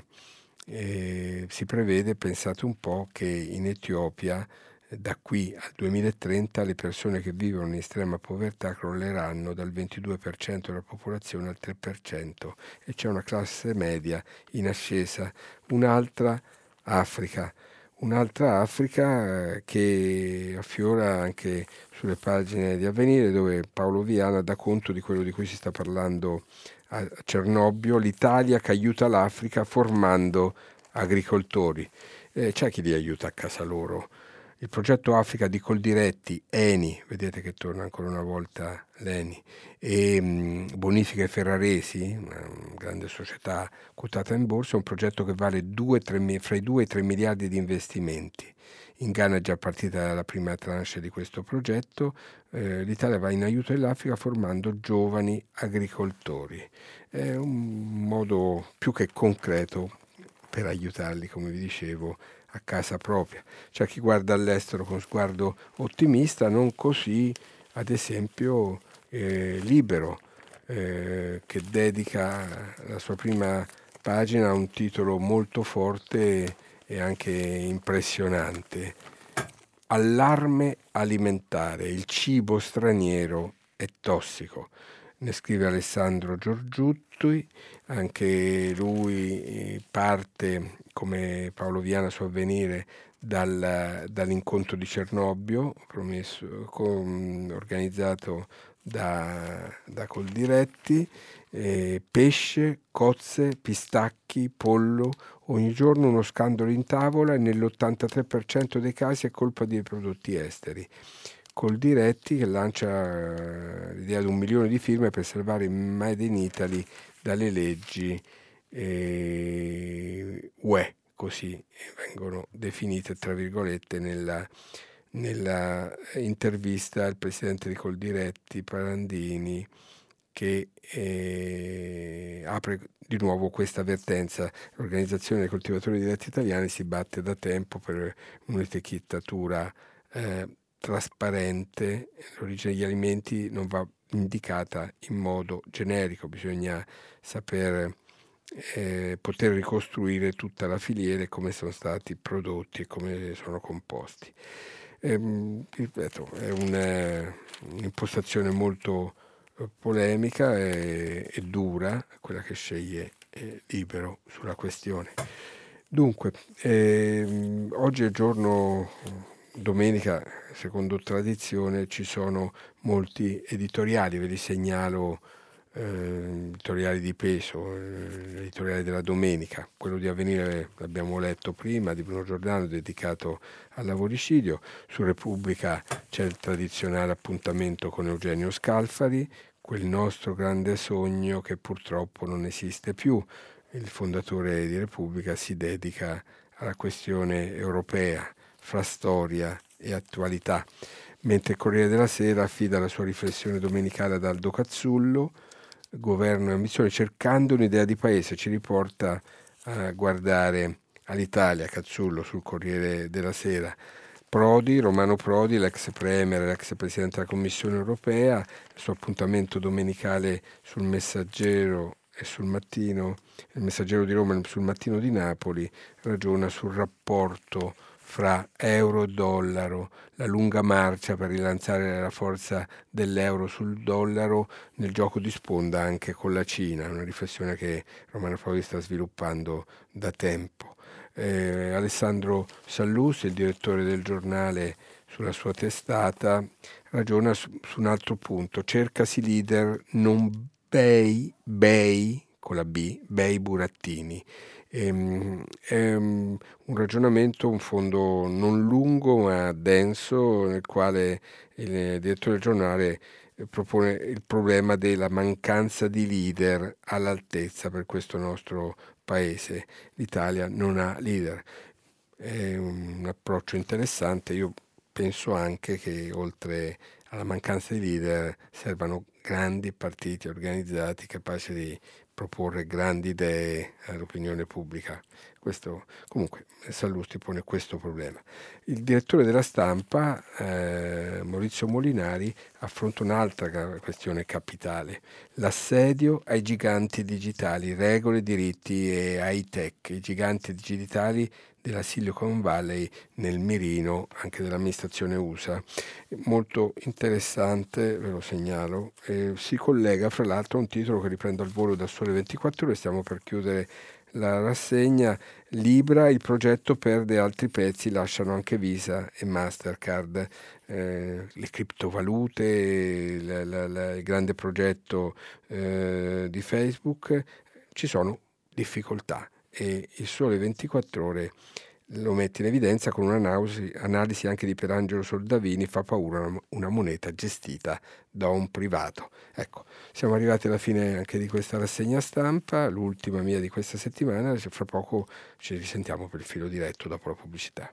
Eh, si prevede, pensate un po', che in Etiopia da qui al duemilatrenta le persone che vivono in estrema povertà crolleranno dal ventidue per cento della popolazione al tre per cento e c'è una classe media in ascesa. Un'altra Africa, un'altra Africa eh, che affiora anche sulle pagine di Avvenire, dove Paolo Viana dà conto di quello di cui si sta parlando a Cernobbio: l'Italia che aiuta l'Africa formando agricoltori. Eh, c'è chi li aiuta a casa loro. Il progetto Africa di Coldiretti, Eni, vedete che torna ancora una volta l'Eni, e mh, Bonifiche Ferraresi, una grande società quotata in borsa, è un progetto che vale due, tre, fra i due e i tre miliardi di investimenti. In Ghana è già partita la prima tranche di questo progetto. Eh, L'Italia va in aiuto dell'Africa formando giovani agricoltori. È un modo più che concreto per aiutarli, come vi dicevo, a casa propria. C'è chi guarda all'estero con sguardo ottimista, non così ad esempio eh, Libero, eh, che dedica la sua prima pagina a un titolo molto forte e anche impressionante: Allarme alimentare, il cibo straniero è tossico. Ne scrive Alessandro Giorgiutti, anche lui parte, come Paolo Viana su Avvenire, dal, dall'incontro di Cernobbio, promesso, con, organizzato da, da Coldiretti. Eh, pesce, cozze, pistacchi, pollo, ogni giorno uno scandalo in tavola e nell'ottantatré per cento dei casi è colpa dei prodotti esteri. Coldiretti che lancia uh, l'idea di un milione di firme per salvare Made in Italy dalle leggi eh, U E, così vengono definite tra virgolette nella, nella intervista al presidente di Coldiretti, Parandini, che eh, apre di nuovo questa avvertenza. L'Organizzazione dei coltivatori diretti italiani si batte da tempo per un'etichettatura eh, trasparente. L'origine degli alimenti non va indicata in modo generico, bisogna saper eh, poter ricostruire tutta la filiera e come sono stati prodotti e come sono composti. Ehm, ripeto, è un, un'impostazione molto polemica e, e dura, quella che sceglie eh, Libero sulla questione. Dunque, ehm, oggi è giorno, domenica, secondo tradizione, ci sono molti editoriali, ve li segnalo, eh, editoriali di peso, eh, l'editoriale della domenica, quello di Avvenire l'abbiamo letto prima, di Bruno Giordano, dedicato al lavoricidio. Su Repubblica c'è il tradizionale appuntamento con Eugenio Scalfari, quel nostro grande sogno che purtroppo non esiste più. Il fondatore di Repubblica si dedica alla questione europea, fra storia e attualità, mentre il Corriere della Sera affida la sua riflessione domenicale ad Aldo Cazzullo, Governo e ambizione, cercando un'idea di paese. Ci riporta a guardare all'Italia, Cazzullo, sul Corriere della Sera. Prodi, Romano Prodi, l'ex premier, l'ex presidente della Commissione europea, il suo appuntamento domenicale sul Messaggero e sul Mattino, il Messaggero di Roma e sul Mattino di Napoli, ragiona sul rapporto fra euro e dollaro, la lunga marcia per rilanciare la forza dell'euro sul dollaro nel gioco di sponda anche con la Cina, una riflessione che Romano Prodi sta sviluppando da tempo. Eh, Alessandro Sallusti, il direttore del giornale, sulla sua testata ragiona su, su un altro punto: cercasi leader, non bei, bei con la B, bei burattini. Ehm, è un ragionamento, un fondo non lungo ma denso, nel quale il direttore del giornale propone il problema della mancanza di leader all'altezza per questo nostro paese. L'Italia non ha leader. È un approccio interessante. Io penso anche che oltre alla mancanza di leader servano grandi partiti organizzati capaci di proporre grandi idee all'opinione pubblica. Questo, comunque, Sallusti pone questo problema. Il direttore della Stampa, eh, Maurizio Molinari, affronta un'altra questione capitale: l'assedio ai giganti digitali, regole, diritti e high tech, i giganti digitali della Silicon Valley nel mirino anche dell'amministrazione U S A. Molto interessante, ve lo segnalo, eh, si collega fra l'altro a un titolo che riprendo al volo da Sole ventiquattro Ore, stiamo per chiudere la rassegna. Libra, il progetto perde altri pezzi, lasciano anche Visa e Mastercard. Eh, le criptovalute, la, la, la, il grande progetto eh, di Facebook, ci sono difficoltà e il Sole ventiquattro Ore lo mette in evidenza con un'analisi anche di Pierangelo Soldavini: fa paura una, una moneta gestita da un privato. Ecco, siamo arrivati alla fine anche di questa rassegna stampa, l'ultima mia di questa settimana. Fra poco ci risentiamo per il filo diretto dopo la pubblicità.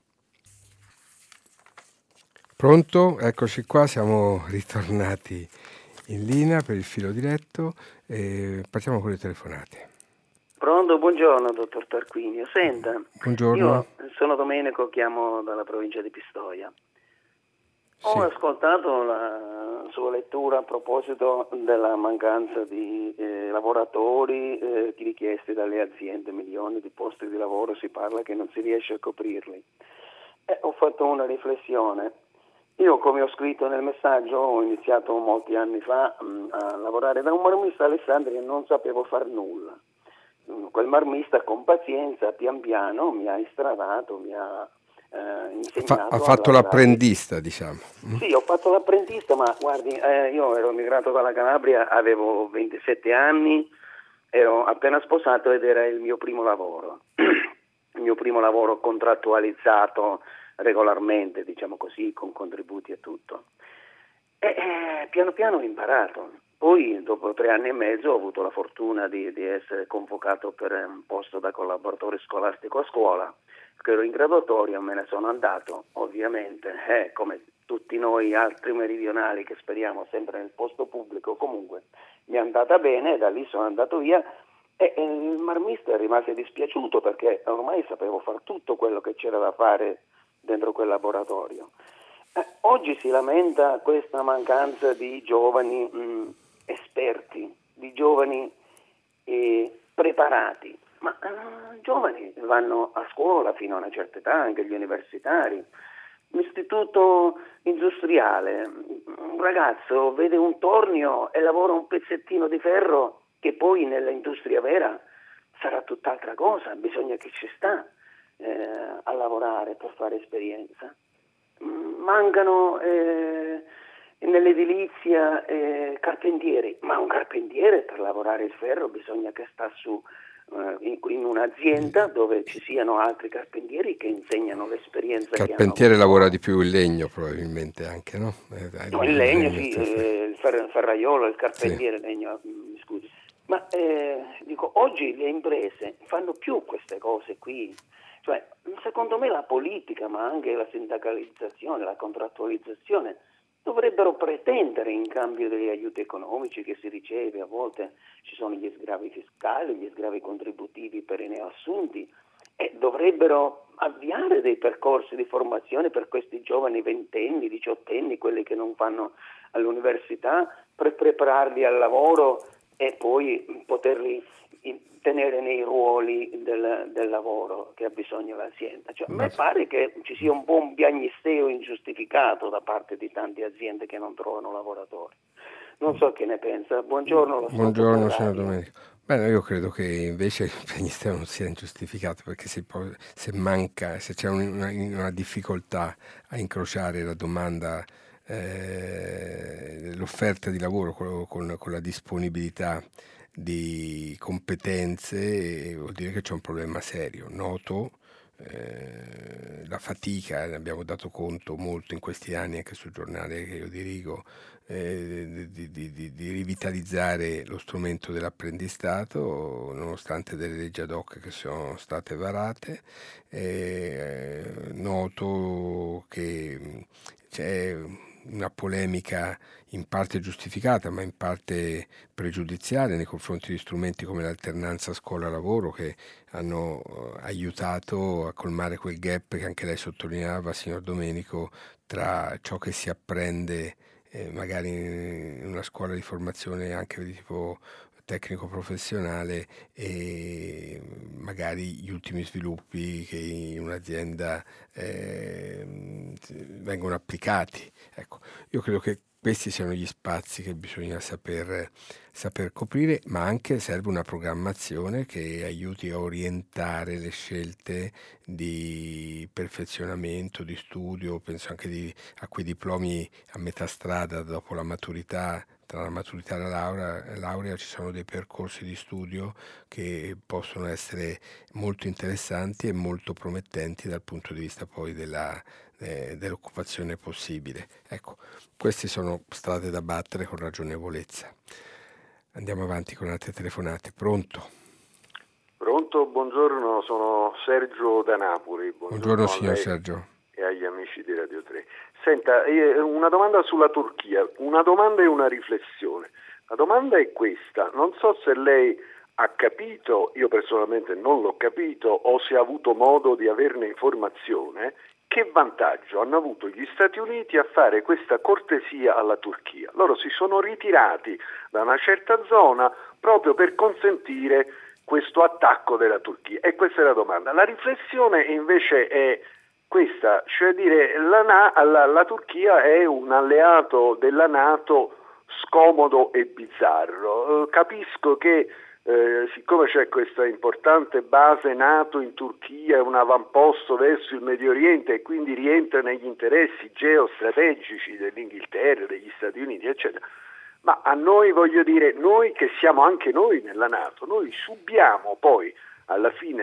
Pronto? Eccoci qua, siamo ritornati in linea per il filo diretto e partiamo con le telefonate. Pronto, buongiorno dottor Tarquinio. Senta, buongiorno. Io sono Domenico, chiamo dalla provincia di Pistoia. Ho Sì. ascoltato la sua lettura a proposito della mancanza di eh, lavoratori eh, richiesti dalle aziende, milioni di posti di lavoro, si parla che non si riesce a coprirli. E ho fatto una riflessione. Io, come ho scritto nel messaggio, ho iniziato molti anni fa mh, a lavorare da un marmista a Alessandria e non sapevo far nulla. Quel marmista con pazienza pian piano mi ha istradato, mi ha eh, insegnato. Ha fatto l'apprendista, diciamo. Sì, ho fatto l'apprendista, ma guardi, eh, io ero emigrato dalla Calabria, avevo ventisette anni, ero appena sposato ed era il mio primo lavoro, il mio primo lavoro contrattualizzato regolarmente, diciamo così, con contributi e tutto. E eh, piano piano ho imparato. Poi dopo tre anni e mezzo ho avuto la fortuna di, di essere convocato per un posto da collaboratore scolastico a scuola, che ero in graduatoria, me ne sono andato, ovviamente, eh, come tutti noi altri meridionali che speriamo sempre nel posto pubblico, comunque mi è andata bene, da lì sono andato via e, e il marmista rimase dispiaciuto perché ormai sapevo fare tutto quello che c'era da fare dentro quel laboratorio. Eh, oggi si lamenta questa mancanza di giovani mh, esperti, di giovani eh, preparati, ma eh, giovani vanno a scuola fino a una certa età, anche gli universitari. L'istituto industriale, un ragazzo vede un tornio e lavora un pezzettino di ferro che poi nell'industria vera sarà tutt'altra cosa, bisogna che ci sta eh, a lavorare per fare esperienza. Mancano eh, nell'edilizia eh, carpentieri, ma un carpentiere per lavorare il ferro bisogna che sta su eh, in, in un'azienda dove ci siano altri carpentieri che insegnano l'esperienza. Il carpentiere che hanno lavora di più il legno probabilmente anche, no? Eh, no, il legno, sì, eh, il, fer- il ferraiolo, il carpentiere, sì. legno, mi scusi. Ma eh, dico, oggi le imprese fanno più queste cose qui. Cioè, secondo me la politica, ma anche la sindacalizzazione, la contrattualizzazione, dovrebbero pretendere in cambio degli aiuti economici che si riceve, a volte ci sono gli sgravi fiscali, gli sgravi contributivi per i neoassunti, e dovrebbero avviare dei percorsi di formazione per questi giovani ventenni, diciottenni, quelli che non vanno all'università, per prepararli al lavoro e poi poterli tenere nei ruoli del, del lavoro che ha bisogno l'azienda. Cioè, a me pare che ci sia un po' un piagnisteo ingiustificato da parte di tante aziende che non trovano lavoratori. Non so che ne pensa. Buongiorno, lo Buongiorno signor Domenico. Beh, io credo che invece il piagnisteo non sia ingiustificato, perché se, poi, se manca, se c'è una, una difficoltà a incrociare la domanda, eh, l'offerta di lavoro con, con, con la disponibilità di competenze, vuol dire che c'è un problema serio. Noto eh, la fatica, ne abbiamo dato conto molto in questi anni anche sul giornale che io dirigo, eh, di, di, di, di rivitalizzare lo strumento dell'apprendistato nonostante delle leggi ad hoc che sono state varate. Eh, noto che c'è una polemica in parte giustificata ma in parte pregiudiziale nei confronti di strumenti come l'alternanza scuola-lavoro, che hanno aiutato a colmare quel gap che anche lei sottolineava, signor Domenico, tra ciò che si apprende eh, magari in una scuola di formazione anche di tipo tecnico professionale e magari gli ultimi sviluppi che in un'azienda eh, vengono applicati. Ecco, io credo che questi siano gli spazi che bisogna saper, saper coprire, ma anche serve una programmazione che aiuti a orientare le scelte di perfezionamento, di studio. Penso anche di, a quei diplomi a metà strada dopo la maturità. Tra la maturità e la laurea, laurea ci sono dei percorsi di studio che possono essere molto interessanti e molto promettenti dal punto di vista poi della, eh, dell'occupazione possibile. Ecco, queste sono strade da battere con ragionevolezza. Andiamo avanti con altre telefonate. Pronto? Pronto, buongiorno, sono Sergio da Napoli. Buongiorno, buongiorno signor Sergio. E agli amici di Radio tre. Senta, una domanda sulla Turchia, una domanda e una riflessione. La domanda è questa: non so se lei ha capito, io personalmente non l'ho capito, o se ha avuto modo di averne informazione, che vantaggio hanno avuto gli Stati Uniti a fare questa cortesia alla Turchia. Loro si sono ritirati da una certa zona proprio per consentire questo attacco della Turchia. E questa è la domanda. La riflessione invece è questa, cioè dire la, la, la Turchia è un alleato della NATO scomodo e bizzarro. Eh, capisco che eh, siccome c'è questa importante base NATO in Turchia, un avamposto verso il Medio Oriente e quindi rientra negli interessi geostrategici dell'Inghilterra, degli Stati Uniti, eccetera, ma a noi, voglio dire, noi che siamo anche noi nella NATO, noi subiamo poi alla fine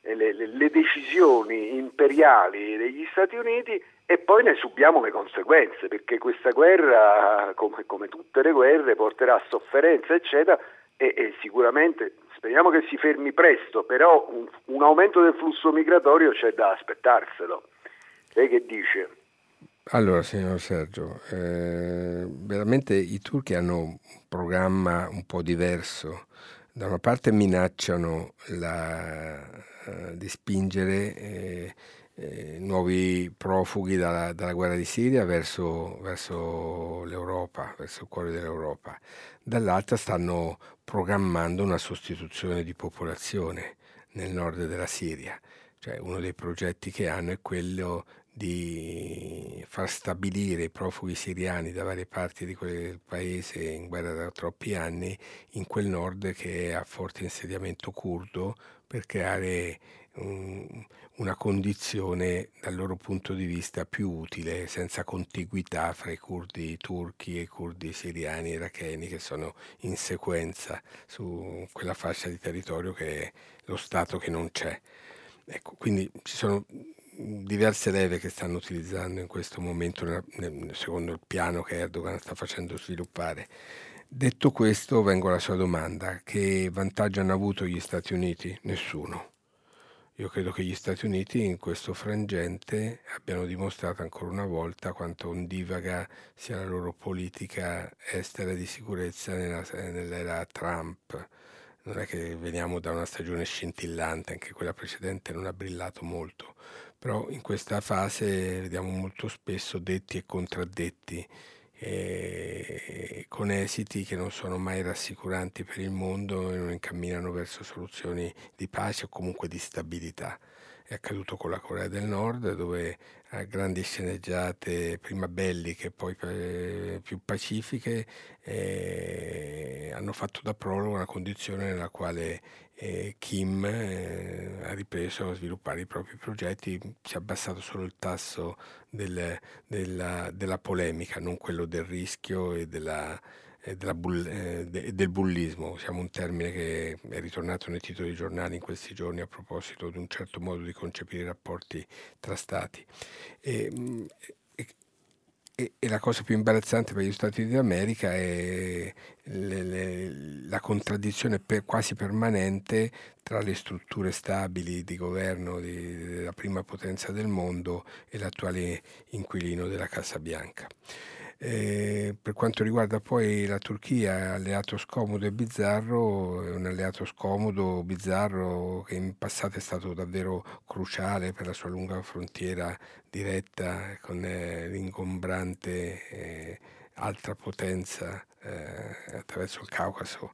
le, le, le decisioni imperiali degli Stati Uniti e poi ne subiamo le conseguenze, perché questa guerra, come, come tutte le guerre, porterà a sofferenza, eccetera, e, e sicuramente speriamo che si fermi presto, però un, un aumento del flusso migratorio c'è da aspettarselo. Lei che dice? Allora, signor Sergio, eh, veramente i turchi hanno un programma un po' diverso. Da una parte minacciano la, eh, di spingere eh, eh, nuovi profughi dalla, dalla guerra di Siria verso, verso l'Europa, verso il cuore dell'Europa. Dall'altra stanno programmando una sostituzione di popolazione nel nord della Siria. Cioè, uno dei progetti che hanno è quello di far stabilire i profughi siriani da varie parti di quel paese in guerra da troppi anni in quel nord che è a forte insediamento curdo, per creare um, una condizione dal loro punto di vista più utile, senza contiguità fra i curdi turchi e i curdi siriani e iracheni che sono in sequenza su quella fascia di territorio che è lo Stato che non c'è. Ecco, quindi ci sono diverse leve che stanno utilizzando in questo momento nel, nel, secondo il piano che Erdogan sta facendo sviluppare. Detto questo, vengo alla sua domanda: che vantaggio hanno avuto gli Stati Uniti? Nessuno. Io credo che gli Stati Uniti in questo frangente abbiano dimostrato ancora una volta quanto ondivaga sia la loro politica estera di sicurezza nella, nell'era Trump. Non è che veniamo da una stagione scintillante, anche quella precedente non ha brillato molto, però in questa fase vediamo molto spesso detti e contraddetti, eh, con esiti che non sono mai rassicuranti per il mondo e non incamminano verso soluzioni di pace o comunque di stabilità. È accaduto con la Corea del Nord, dove a grandi sceneggiate, prima belliche, poi eh, più pacifiche, eh, hanno fatto da prologo una condizione nella quale eh, Kim eh, ha ripreso a sviluppare i propri progetti, si è abbassato solo il tasso del, della, della polemica, non quello del rischio e della... Della bull, eh, de, del bullismo. Usiamo un termine che è ritornato nei titoli dei giornali in questi giorni a proposito di un certo modo di concepire i rapporti tra stati. E, e, e, e la cosa più imbarazzante per gli Stati Uniti d'America è le, le, la contraddizione per, quasi permanente tra le strutture stabili di governo di, della prima potenza del mondo e l'attuale inquilino della Casa Bianca. Eh, per quanto riguarda poi la Turchia, alleato scomodo e bizzarro, è un alleato scomodo, bizzarro, che in passato è stato davvero cruciale per la sua lunga frontiera diretta con eh, l'ingombrante eh, altra potenza eh, attraverso il Caucaso,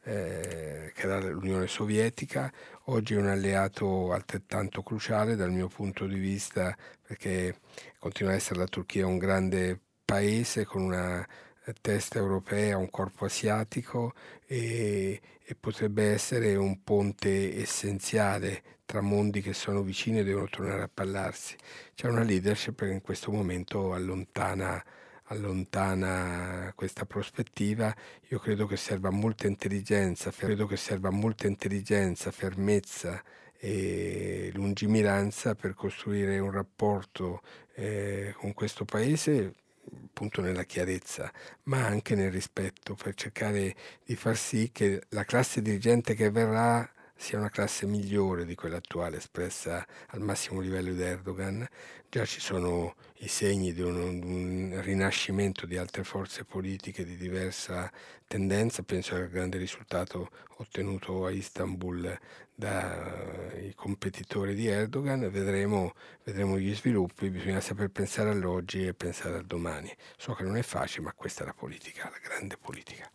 eh, che era l'Unione Sovietica. Oggi è un alleato altrettanto cruciale dal mio punto di vista, perché continua a essere la Turchia un grande paese con una testa europea, un corpo asiatico e, e potrebbe essere un ponte essenziale tra mondi che sono vicini e devono tornare a parlarsi. C'è una leadership che in questo momento allontana, allontana questa prospettiva. Io credo che serva molta intelligenza, credo che serva molta intelligenza, fermezza e lungimiranza per costruire un rapporto eh, con questo paese, appunto nella chiarezza, ma anche nel rispetto, per cercare di far sì che la classe dirigente che verrà sia una classe migliore di quella attuale, espressa al massimo livello di Erdogan. Già ci sono i segni di un, un rinascimento di altre forze politiche di diversa tendenza. Penso al grande risultato ottenuto a Istanbul dai competitori di Erdogan. Vedremo, vedremo gli sviluppi, bisogna saper pensare all'oggi e pensare al domani. So che non è facile, ma questa è la politica, la grande politica.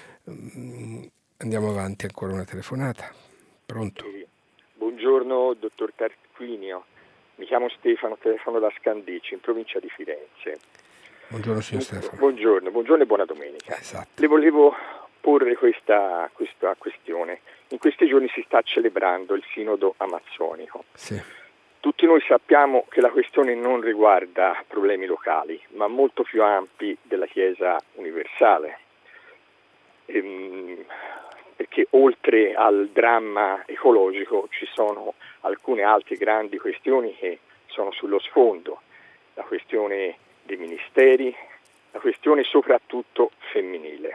Um, andiamo avanti, ancora una telefonata. Pronto? Sì. Buongiorno dottor Tarquinio, mi chiamo Stefano, telefono da Scandicci in provincia di Firenze. Buongiorno signor Stefano. Buongiorno, buongiorno e buona domenica. Esatto. Le volevo porre questa, questa questione. In questi giorni si sta celebrando il Sinodo Amazzonico. Sì. Tutti noi sappiamo che la questione non riguarda problemi locali, ma molto più ampi della Chiesa universale. Ehm, perché oltre al dramma ecologico ci sono alcune altre grandi questioni che sono sullo sfondo, la questione dei ministeri, la questione soprattutto femminile.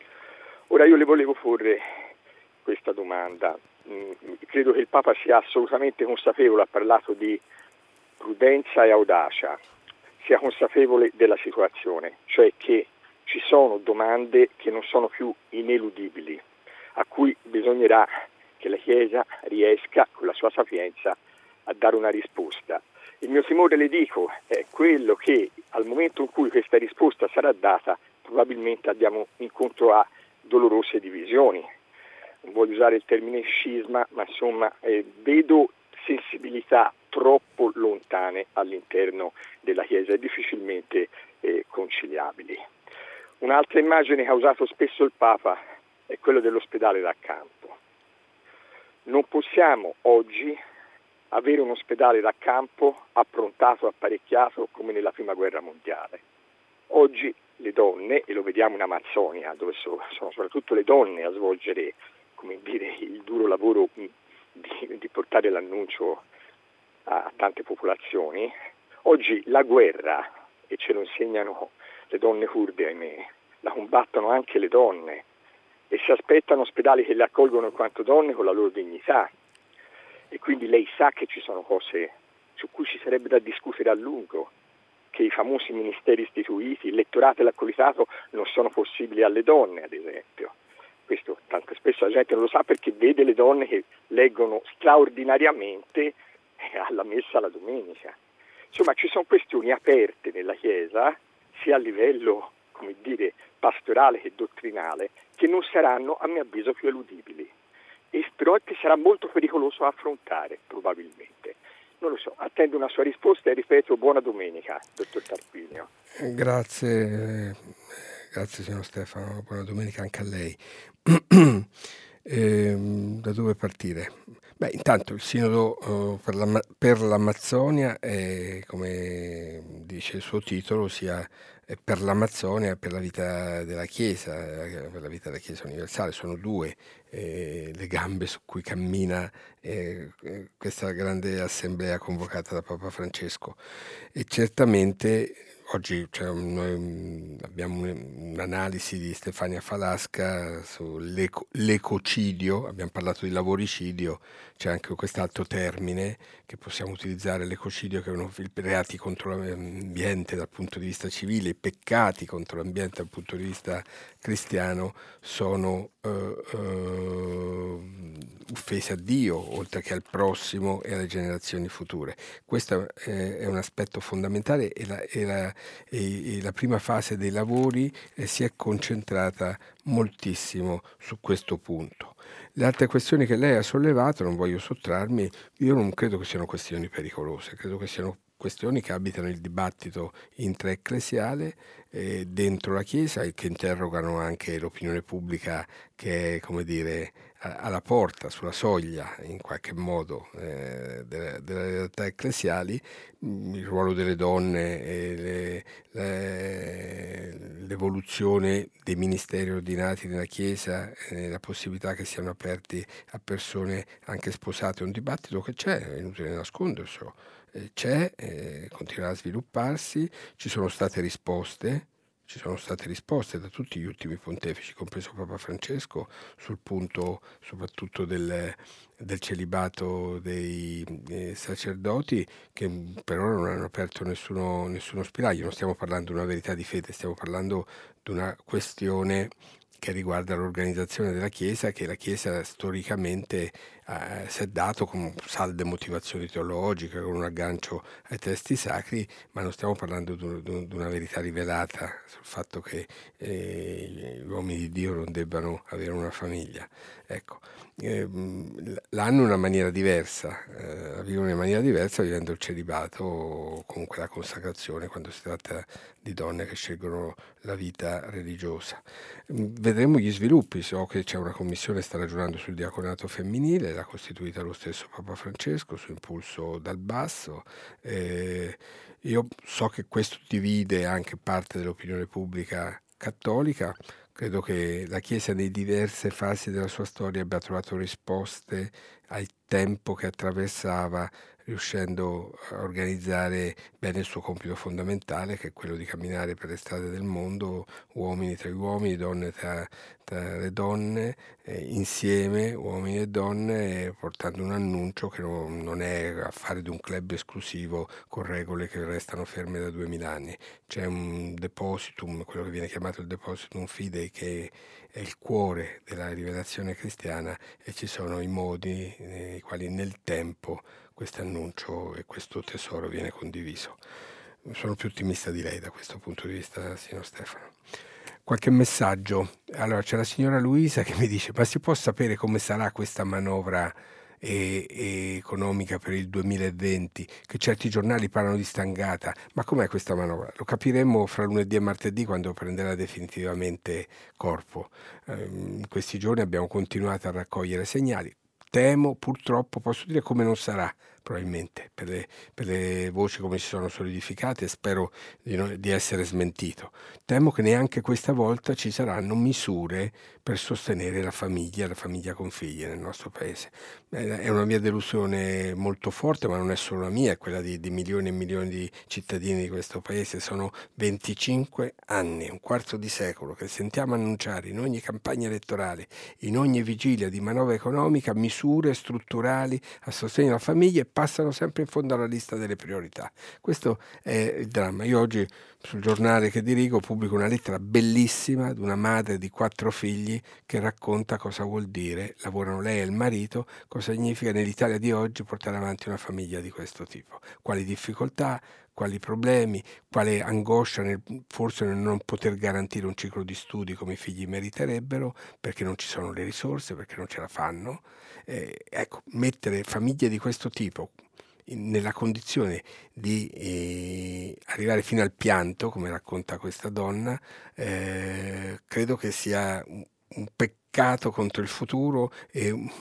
Ora io le volevo porre questa domanda. Credo che il Papa sia assolutamente consapevole, ha parlato di prudenza e audacia, sia consapevole della situazione, cioè che ci sono domande che non sono più ineludibili, a cui bisognerà che la Chiesa riesca con la sua sapienza a dare una risposta. Il mio timore, le dico, è quello che al momento in cui questa risposta sarà data probabilmente andiamo incontro a dolorose divisioni. Non voglio usare il termine scisma, ma insomma eh, vedo sensibilità troppo lontane all'interno della Chiesa e difficilmente eh, conciliabili. Un'altra immagine che ha usato spesso il Papa è quella dell'ospedale da campo. Non possiamo oggi avere un ospedale da campo approntato, apparecchiato come nella Prima Guerra Mondiale. Oggi le donne, e lo vediamo in Amazzonia, dove sono, sono soprattutto le donne a svolgere, come dire, il duro lavoro di, di portare l'annuncio a tante popolazioni, oggi la guerra, e ce lo insegnano le donne kurde, ahimè, la combattono anche le donne e si aspettano ospedali che le accolgono in quanto donne con la loro dignità. E quindi lei sa che ci sono cose su cui ci sarebbe da discutere a lungo, che i famosi ministeri istituiti, il lettorato e l'accolitato non sono possibili alle donne, ad esempio. Questo tanto spesso la gente non lo sa perché vede le donne che leggono straordinariamente alla messa la domenica. Insomma, ci sono questioni aperte nella Chiesa, sia a livello, come dire, pastorale che dottrinale, che non saranno, a mio avviso, più eludibili. E però che sarà molto pericoloso affrontare, probabilmente. Non lo so, attendo una sua risposta e ripeto, buona domenica, dottor Tarquinio. Grazie, grazie signor Stefano, buona domenica anche a lei. E, da dove partire? Beh, intanto il Sinodo uh, per, la, per l'Amazzonia è, come dice il suo titolo, sia è per l'Amazzonia e per la vita della Chiesa, per la vita della Chiesa universale. Sono due eh, le gambe su cui cammina eh, questa grande assemblea convocata da Papa Francesco. E certamente oggi cioè, noi abbiamo un'analisi di Stefania Falasca sull'ecocidio, abbiamo parlato di lavoricidio, c'è anche quest'altro termine che possiamo utilizzare, l'ecocidio, che è uno i reati contro l'ambiente dal punto di vista civile, i peccati contro l'ambiente dal punto di vista cristiano sono uh, uh, offese a Dio, oltre che al prossimo e alle generazioni future. Questo è, è un aspetto fondamentale e la, e la, e, e la prima fase dei lavori eh, si è concentrata moltissimo su questo punto. Le altre questioni che lei ha sollevato, non voglio sottrarmi, io non credo che siano questioni pericolose, credo che siano questioni che abitano il dibattito intraecclesiale eh, dentro la Chiesa e che interrogano anche l'opinione pubblica che è, come dire, alla porta, sulla soglia in qualche modo eh, delle, delle realtà ecclesiali, il ruolo delle donne e le, le, l'evoluzione dei ministeri ordinati nella Chiesa e la possibilità che siano aperti a persone anche sposate, è un dibattito che c'è, è inutile nasconderselo, eh, c'è, eh, continuerà a svilupparsi, ci sono state risposte Ci sono state risposte da tutti gli ultimi pontefici, compreso Papa Francesco, sul punto soprattutto del, del celibato dei, dei sacerdoti, che per ora non hanno aperto nessuno, nessuno spiraglio. Non stiamo parlando di una verità di fede, stiamo parlando di una questione che riguarda l'organizzazione della Chiesa, che la Chiesa storicamente eh, si è dato con salde motivazioni teologiche, con un aggancio ai testi sacri, ma non stiamo parlando di una verità rivelata sul fatto che eh, gli uomini di Dio non debbano avere una famiglia. Ecco, eh, l'hanno in una maniera diversa, eh, vivono in maniera diversa vivendo il celibato o comunque la consacrazione quando si tratta di donne che scelgono la vita religiosa. Vedremo gli sviluppi, so che c'è una commissione che sta ragionando sul diaconato femminile, l'ha costituita lo stesso Papa Francesco su impulso dal basso. Eh, io so che questo divide anche parte dell'opinione pubblica cattolica. Credo che la Chiesa nei diverse fasi della sua storia abbia trovato risposte al tempo che attraversava, riuscendo a organizzare bene il suo compito fondamentale, che è quello di camminare per le strade del mondo, uomini tra gli uomini, donne tra, tra le donne, eh, insieme, uomini e donne, eh, portando un annuncio che non, non è affare di un club esclusivo con regole che restano ferme da duemila anni. C'è un depositum, quello che viene chiamato il depositum fidei, che è il cuore della rivelazione cristiana, e ci sono i modi nei quali nel tempo questo annuncio e questo tesoro viene condiviso. Sono più ottimista di lei da questo punto di vista, signor Stefano. Qualche messaggio? Allora, c'è la signora Luisa che mi dice: ma si può sapere come sarà questa manovra e, e economica per il duemilaventi, che certi giornali parlano di stangata? Ma com'è questa manovra? Lo capiremo fra lunedì e martedì, quando prenderà definitivamente corpo. Ehm, in questi giorni abbiamo continuato a raccogliere segnali. Temo, purtroppo, posso dire come non sarà, probabilmente, per le, per le voci come si sono solidificate, e spero di, non, di essere smentito. Temo che neanche questa volta ci saranno misure per sostenere la famiglia, la famiglia con figli nel nostro paese. È una mia delusione molto forte, ma non è solo la mia, è quella di, di milioni e milioni di cittadini di questo paese. Sono venticinque anni, un quarto di secolo, che sentiamo annunciare in ogni campagna elettorale, in ogni vigilia di manovra economica, misure strutturali a sostegno della famiglia, e passano sempre in fondo alla lista delle priorità. Questo è il dramma. Io oggi sul giornale che dirigo pubblico una lettera bellissima di una madre di quattro figli che racconta cosa vuol dire, lavorano lei e il marito, cosa significa nell'Italia di oggi portare avanti una famiglia di questo tipo, quali difficoltà, quali problemi, quale angoscia nel, forse nel non poter garantire un ciclo di studi come i figli meriterebbero, perché non ci sono le risorse, perché non ce la fanno. Eh, ecco, mettere famiglie di questo tipo in, nella condizione di eh, arrivare fino al pianto, come racconta questa donna, eh, credo che sia un, un peccato contro il futuro e un,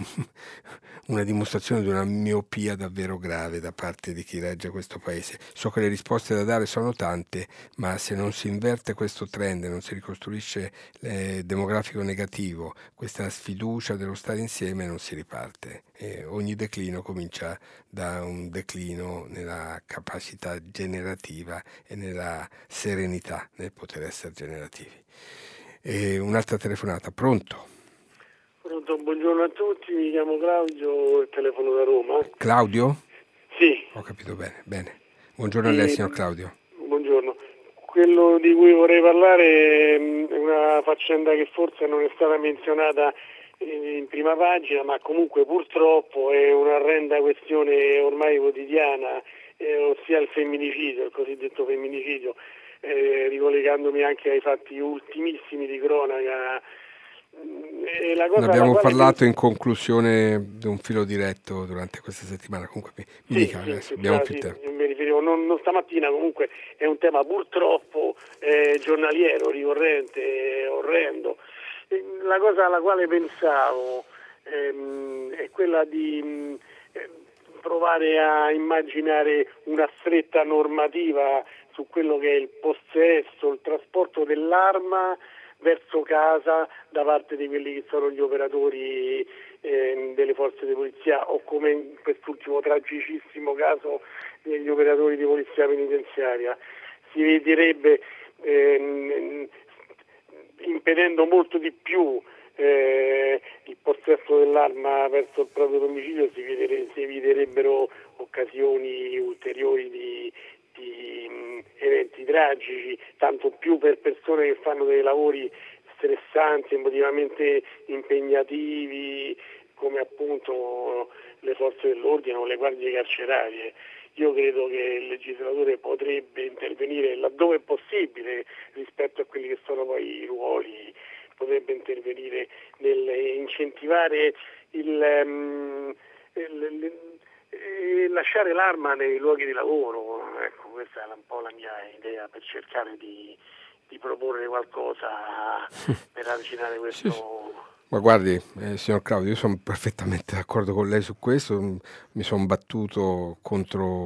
una dimostrazione di una miopia davvero grave da parte di chi regge questo paese. So che le risposte da dare sono tante, ma se non si inverte questo trend, non si ricostruisce il demografico negativo, questa sfiducia dello stare insieme, non si riparte. E ogni declino comincia da un declino nella capacità generativa e nella serenità nel poter essere generativi. E un'altra telefonata, pronto? Pronto, buongiorno a tutti, mi chiamo Claudio e telefono da Roma. Claudio? Sì. Ho capito bene, bene. Buongiorno a lei, signor Claudio. Buongiorno. Quello di cui vorrei parlare è una faccenda che forse non è stata menzionata in prima pagina, ma comunque purtroppo è un'orrenda questione ormai quotidiana, eh, ossia il femminicidio, il cosiddetto femminicidio, eh, ricollegandomi anche ai fatti ultimissimi di cronaca. E la cosa ne abbiamo parlato penso... in conclusione di un filo diretto durante questa settimana. Comunque mi, mi sì, dica, sì, adesso sì, abbiamo sì, più sì, tempo. mi riferivo, non, non stamattina, comunque è un tema purtroppo eh, giornaliero, ricorrente, orrendo. E la cosa alla quale pensavo ehm, è quella di mh, provare a immaginare una stretta normativa su quello che è il possesso, il trasporto dell'arma verso casa da parte di quelli che sono gli operatori eh, delle forze di polizia, o come in quest'ultimo tragicissimo caso degli operatori di polizia penitenziaria. Si vedrebbe ehm, impedendo molto di più eh, il possesso dell'arma verso il proprio domicilio, si, vedere, si eviterebbero occasioni ulteriori di di mh, eventi tragici, tanto più per persone che fanno dei lavori stressanti, emotivamente impegnativi, come appunto le forze dell'ordine o le guardie carcerarie. Io credo che il legislatore potrebbe intervenire laddove è possibile rispetto a quelli che sono poi i ruoli, potrebbe intervenire nel incentivare il, um, il, il E lasciare l'arma nei luoghi di lavoro. Ecco, questa è un po' la mia idea per cercare di, di proporre qualcosa per arginare questo. Sì, sì. Ma guardi, eh, signor Claudio, io sono perfettamente d'accordo con lei su questo. Mi sono battuto contro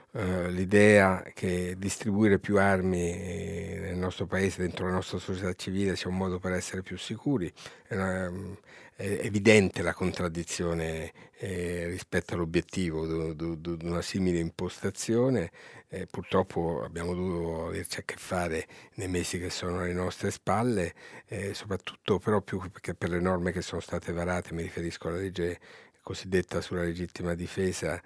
eh, l'idea che distribuire più armi eh, nel nostro paese, dentro la nostra società civile, sia un modo per essere più sicuri. È, una, è evidente la contraddizione eh, rispetto all'obiettivo di una simile impostazione. Eh, purtroppo abbiamo dovuto averci a che fare nei mesi che sono alle nostre spalle, eh, soprattutto però più che per le norme che sono state varate, mi riferisco alla legge cosiddetta sulla legittima difesa.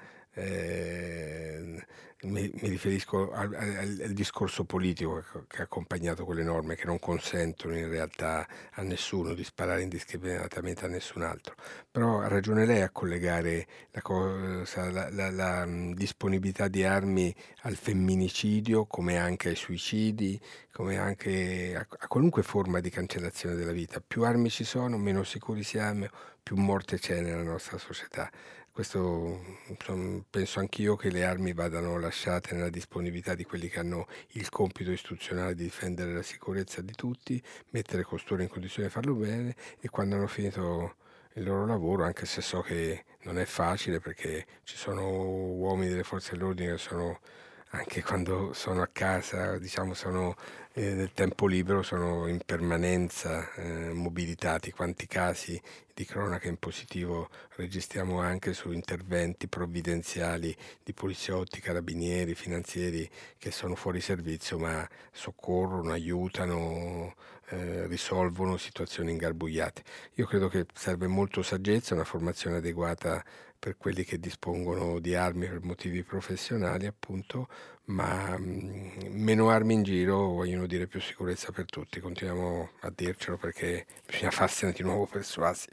Eh, mi, mi riferisco al, al, al discorso politico che, che ha accompagnato quelle norme, che non consentono in realtà a nessuno di sparare indiscriminatamente a nessun altro. Però ha ragione lei a collegare la, cosa, la, la, la mh, disponibilità di armi al femminicidio, come anche ai suicidi, come anche a, a qualunque forma di cancellazione della vita. Più armi ci sono, meno sicuri siamo, più morte c'è nella nostra società. Questo, insomma, penso anch'io che le armi vadano lasciate nella disponibilità di quelli che hanno il compito istituzionale di difendere la sicurezza di tutti, mettere costoro in condizione di farlo bene, e quando hanno finito il loro lavoro, anche se so che non è facile perché ci sono uomini delle forze dell'ordine che sono, anche quando sono a casa, diciamo, sono eh, nel tempo libero, sono in permanenza eh, mobilitati. Quanti casi di cronaca in positivo registriamo anche su interventi provvidenziali di poliziotti, carabinieri, finanzieri che sono fuori servizio ma soccorrono, aiutano, eh, risolvono situazioni ingarbugliate. Io credo che serve molto saggezza, una formazione adeguata per quelli che dispongono di armi per motivi professionali, appunto, ma mh, meno armi in giro vogliono dire più sicurezza per tutti. Continuiamo a dircelo perché bisogna farsene di nuovo persuasi.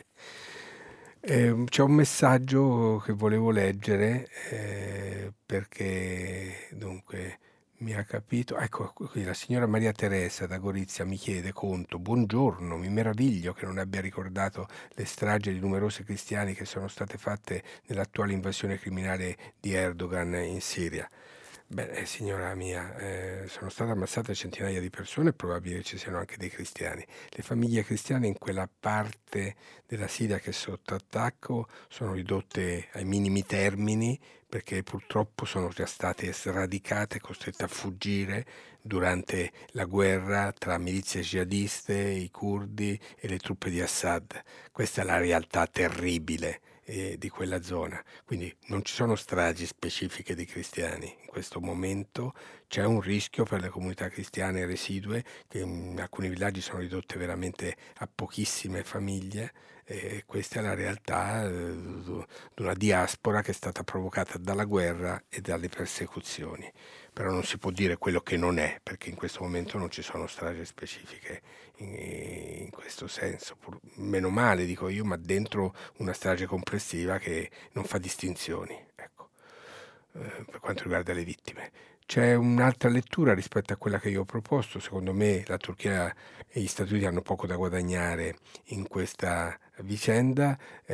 Eh, c'è un messaggio che volevo leggere eh, perché dunque mi ha capito. Ecco qui la signora Maria Teresa da Gorizia mi chiede conto. Buongiorno, mi meraviglio che non abbia ricordato le stragi di numerosi cristiani che sono state fatte nell'attuale invasione criminale di Erdogan in Siria. Beh, signora mia, eh, sono state ammazzate centinaia di persone e probabile ci siano anche dei cristiani. Le famiglie cristiane in quella parte della Siria che è sotto attacco sono ridotte ai minimi termini perché purtroppo sono già state sradicate, costrette a fuggire durante la guerra tra milizie jihadiste, i curdi e le truppe di Assad. Questa è la realtà terribile eh, di quella zona. Quindi non ci sono stragi specifiche di cristiani. In questo momento c'è un rischio per le comunità cristiane residue che in alcuni villaggi sono ridotte veramente a pochissime famiglie. E questa è la realtà eh, di una diaspora che è stata provocata dalla guerra e dalle persecuzioni. Però non si può dire quello che non è, perché in questo momento non ci sono stragi specifiche in, in questo senso. Pur, meno male, dico io, ma dentro una strage complessiva che non fa distinzioni, ecco, eh, per quanto riguarda le vittime. C'è un'altra lettura rispetto a quella che io ho proposto. Secondo me la Turchia e gli Stati Uniti hanno poco da guadagnare in questa vicenda.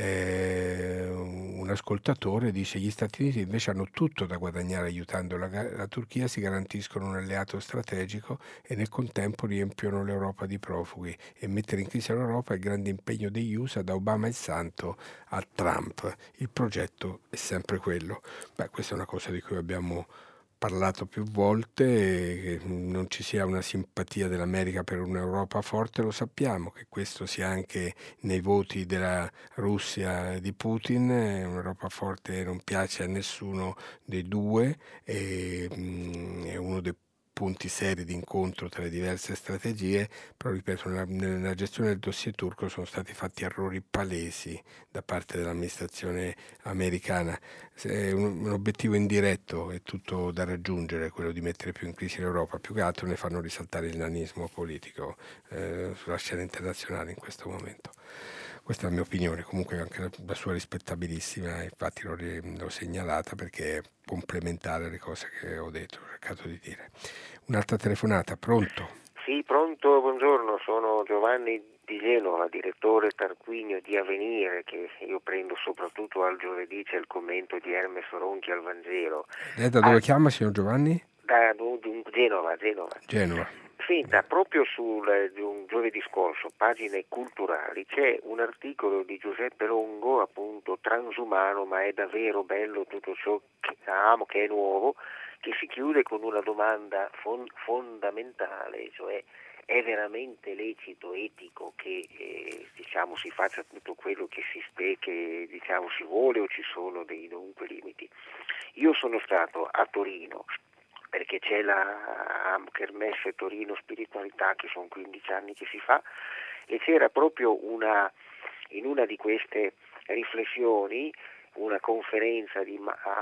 Eh, un ascoltatore dice: gli Stati Uniti invece hanno tutto da guadagnare aiutando la, la Turchia, si garantiscono un alleato strategico e nel contempo riempiono l'Europa di profughi. E mettere in crisi l'Europa è il grande impegno degli U S A, da Obama il santo a Trump. Il progetto è sempre quello. Beh, questa è una cosa di cui abbiamo parlato più volte. Che non ci sia una simpatia dell'America per un'Europa forte, lo sappiamo, che questo sia anche nei voti della Russia di Putin. Un'Europa forte non piace a nessuno dei due e mh, è uno dei punti seri di incontro tra le diverse strategie, però ripeto, nella, nella gestione del dossier turco sono stati fatti errori palesi da parte dell'amministrazione americana. È un, un obiettivo indiretto, è tutto da raggiungere, quello di mettere più in crisi l'Europa, più che altro ne fanno risaltare il nanismo politico eh, sulla scena internazionale in questo momento. Questa è la mia opinione, comunque anche la, la sua rispettabilissima, infatti l'ho, l'ho segnalata perché è complementare alle cose che ho detto, ho cercato di dire. Un'altra telefonata, pronto? Sì, pronto, buongiorno, sono Giovanni di Genova, direttore Tarquinio di Avvenire, che io prendo soprattutto al giovedì, c'è il commento di Hermes Ronchi al Vangelo. Lei da dove ah, chiama, signor Giovanni? Da Genova, Genova. Genova. Senta, proprio sul di un giovedì scorso, pagine culturali, c'è un articolo di Giuseppe Longo, appunto transumano, ma è davvero bello tutto ciò che amo, che è nuovo, che si chiude con una domanda fon- fondamentale, cioè è veramente lecito, etico che eh, diciamo, si faccia tutto quello che si, spe- che, diciamo, si vuole o ci sono dei dunque limiti? Io sono stato a Torino perché c'è la Kermesse Torino Spiritualità, che sono quindici anni che si fa, e c'era proprio una, in una di queste riflessioni, una conferenza di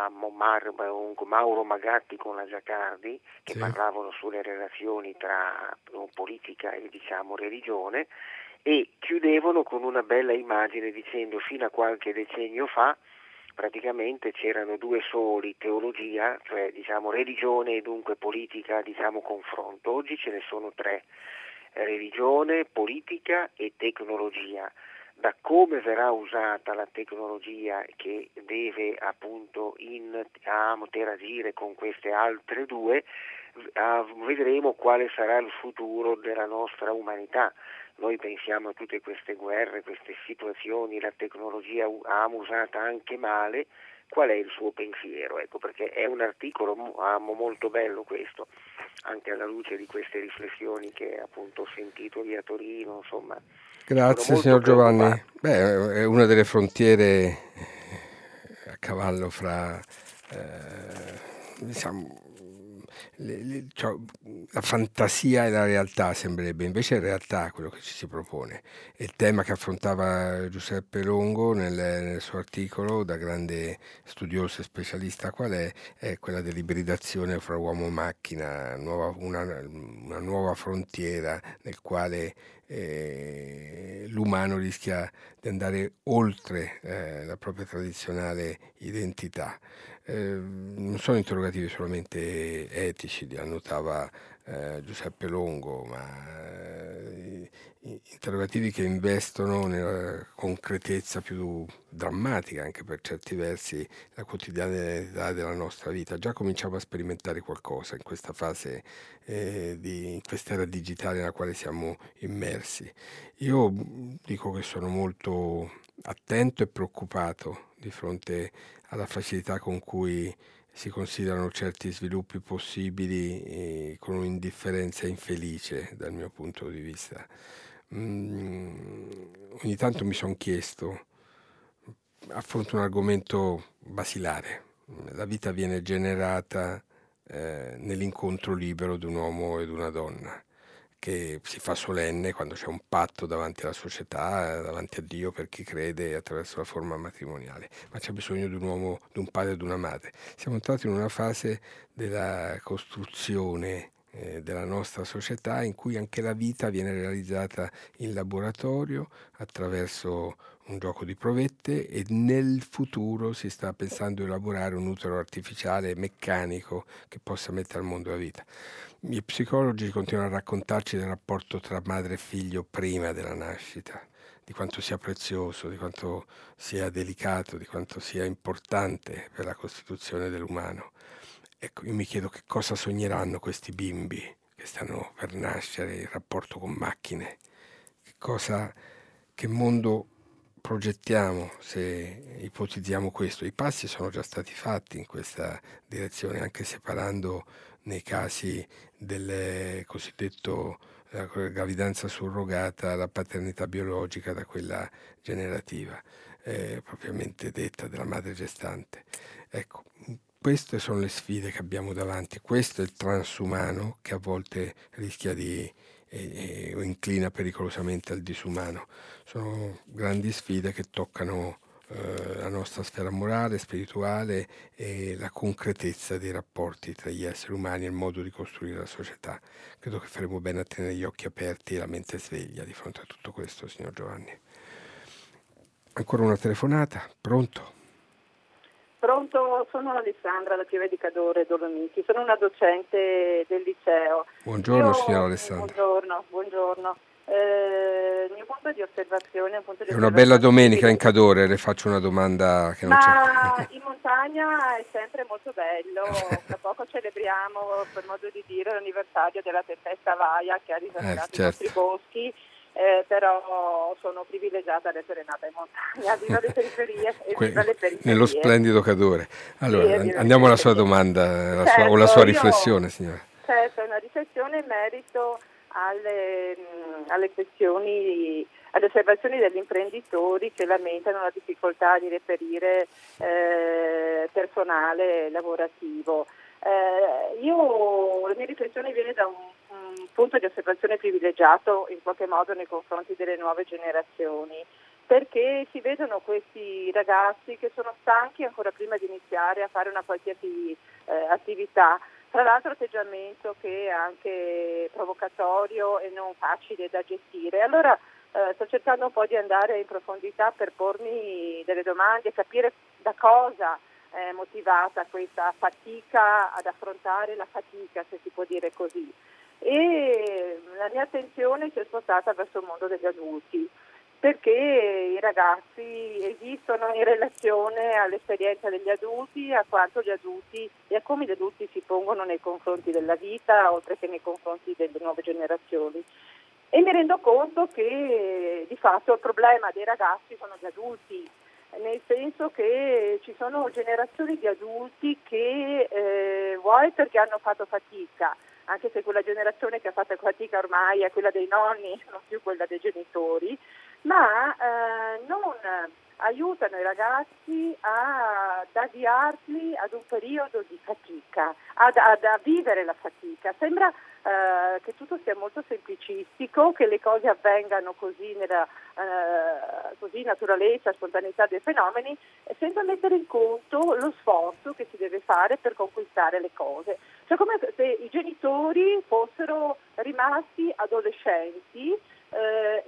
Mauro Magatti con la Giacardi, che sì. parlavano sulle relazioni tra politica e diciamo religione, e chiudevano con una bella immagine dicendo: fino a qualche decennio fa praticamente c'erano due soli, teologia, cioè diciamo religione e dunque politica, diciamo confronto. Oggi ce ne sono tre: religione, politica e tecnologia. Da come verrà usata la tecnologia che deve appunto interagire con queste altre due, uh, vedremo quale sarà il futuro della nostra umanità. Noi pensiamo a tutte queste guerre, queste situazioni, la tecnologia ha usata anche male. Qual è il suo pensiero? Ecco, perché è un articolo molto bello questo, anche alla luce di queste riflessioni che appunto ho sentito lì a Torino, insomma. Grazie signor Giovanni. Beh, è una delle frontiere a cavallo fra eh, diciamo le, le, cioè, la fantasia e la realtà sembrerebbe, invece è realtà quello che ci si propone. E il tema che affrontava Giuseppe Longo nel, nel suo articolo, da grande studioso e specialista qual è, è quella dell'ibridazione fra uomo e macchina, nuova, una, una nuova frontiera nel quale eh, l'umano rischia di andare oltre eh, la propria tradizionale identità. Eh, non sono interrogativi solamente etici, li annotava eh, Giuseppe Longo, ma eh, interrogativi che investono nella concretezza più drammatica, anche per certi versi, la quotidianità della nostra vita. Già cominciamo a sperimentare qualcosa in questa fase, eh, di, in quest'era digitale nella quale siamo immersi. Io dico che sono molto attento e preoccupato di fronte alla facilità con cui si considerano certi sviluppi possibili eh, con un'indifferenza infelice dal mio punto di vista. Mm, ogni tanto mi sono chiesto, affronto un argomento basilare: la vita viene generata eh, nell'incontro libero di un uomo e di una donna, che si fa solenne quando c'è un patto davanti alla società, davanti a Dio per chi crede, attraverso la forma matrimoniale, ma c'è bisogno di un uomo, di un padre e di una madre. Siamo entrati in una fase della costruzione eh, della nostra società in cui anche la vita viene realizzata in laboratorio attraverso un gioco di provette, e nel futuro si sta pensando di elaborare un utero artificiale meccanico che possa mettere al mondo la vita. I psicologi continuano a raccontarci del rapporto tra madre e figlio prima della nascita, di quanto sia prezioso, di quanto sia delicato, di quanto sia importante per la costituzione dell'umano. Ecco, io mi chiedo che cosa sogneranno questi bimbi che stanno per nascere, il rapporto con macchine, che cosa, che mondo progettiamo se ipotizziamo questo. I passi sono già stati fatti in questa direzione, anche separando nei casi del cosiddetto la gravidanza surrogata, la paternità biologica da quella generativa, eh, propriamente detta, della madre gestante. Ecco, queste sono le sfide che abbiamo davanti, questo è il transumano che a volte rischia di e, e inclina pericolosamente al disumano. Sono grandi sfide che toccano eh, la nostra sfera morale, spirituale e la concretezza dei rapporti tra gli esseri umani e il modo di costruire la società. Credo che faremo bene a tenere gli occhi aperti e la mente sveglia di fronte a tutto questo, signor Giovanni. Ancora una telefonata, pronto? Pronto, sono Alessandra da Pieve di Cadore Dolomiti, sono una docente del liceo. Buongiorno Io, signora Alessandra. Buongiorno, buongiorno. Eh, il mio punto di osservazione è un punto di È una bella domenica in Cadore, le faccio una domanda che non Ma c'è. in montagna è sempre molto bello, tra poco celebriamo, per modo di dire, l'anniversario della tempesta Vaia che ha riservato eh, certo. i nostri boschi. eh, però sono privilegiata ad essere nata in montagna, viva le periferie e Que- viva le periferie. Nello splendido Cadore. Allora, Sì, andiamo alla sua domanda, la certo, sua, o la sua io, riflessione, signora. Certo, è una riflessione in merito alle, alle questioni, alle osservazioni degli imprenditori che lamentano la difficoltà di reperire eh, personale lavorativo. Eh, io, la mia riflessione viene da un, un punto di osservazione privilegiato in qualche modo nei confronti delle nuove generazioni, perché si vedono questi ragazzi che sono stanchi ancora prima di iniziare a fare una qualsiasi eh, attività. Tra l'altro atteggiamento che è anche provocatorio e non facile da gestire. Allora eh, sto cercando un po' di andare in profondità per pormi delle domande e capire da cosa è motivata questa fatica ad affrontare la fatica, se si può dire così. E la mia attenzione si è spostata verso il mondo degli adulti, perché i ragazzi esistono in relazione all'esperienza degli adulti, a quanto gli adulti e a come gli adulti si pongono nei confronti della vita, oltre che nei confronti delle nuove generazioni. E mi rendo conto che di fatto il problema dei ragazzi sono gli adulti, nel senso che ci sono generazioni di adulti che eh, vuoi perché hanno fatto fatica, anche se quella generazione che ha fatto fatica ormai è quella dei nonni, non più quella dei genitori, ma eh, non aiutano i ragazzi a, ad avviarli ad un periodo di fatica, ad, ad, a vivere la fatica. Sembra eh, che tutto sia molto semplicistico, che le cose avvengano così nella eh, così naturalezza, spontaneità dei fenomeni, senza mettere in conto lo sforzo che si deve fare per conquistare le cose. Cioè come se i genitori fossero rimasti adolescenti eh,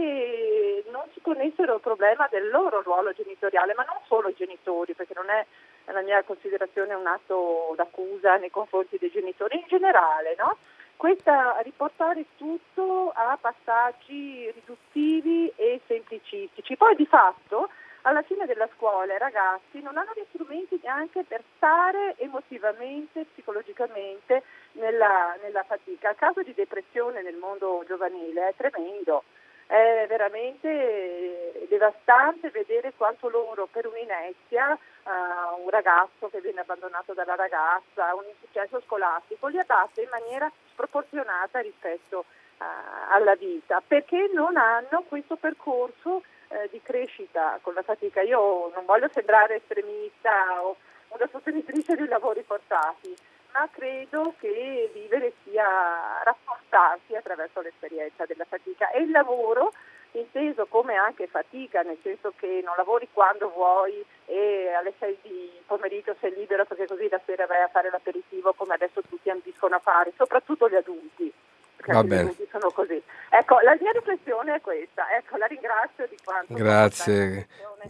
e non si ponessero il problema del loro ruolo genitoriale, ma non solo i genitori, perché non è la mia considerazione un atto d'accusa nei confronti dei genitori, in generale, no? Questa riportare tutto a passaggi riduttivi e semplicistici. Poi di fatto alla fine della scuola i ragazzi non hanno gli strumenti neanche per stare emotivamente, psicologicamente nella, nella fatica. Il caso di depressione nel mondo giovanile è tremendo, è veramente devastante vedere quanto loro per un'inerzia, uh, un ragazzo che viene abbandonato dalla ragazza, un insuccesso scolastico, li abbatte in maniera sproporzionata rispetto uh, alla vita, perché non hanno questo percorso di crescita con la fatica. Io non voglio sembrare estremista o una sostenitrice dei lavori forzati, ma credo che vivere sia rafforzarsi attraverso l'esperienza della fatica, e il lavoro inteso come anche fatica, nel senso che non lavori quando vuoi e alle sei di pomeriggio sei libero perché così la sera vai a fare l'aperitivo come adesso tutti ambiscono a fare, soprattutto gli adulti. Va bene. Sono così. Ecco, la mia riflessione è questa. Ecco, la ringrazio di quanto. Grazie,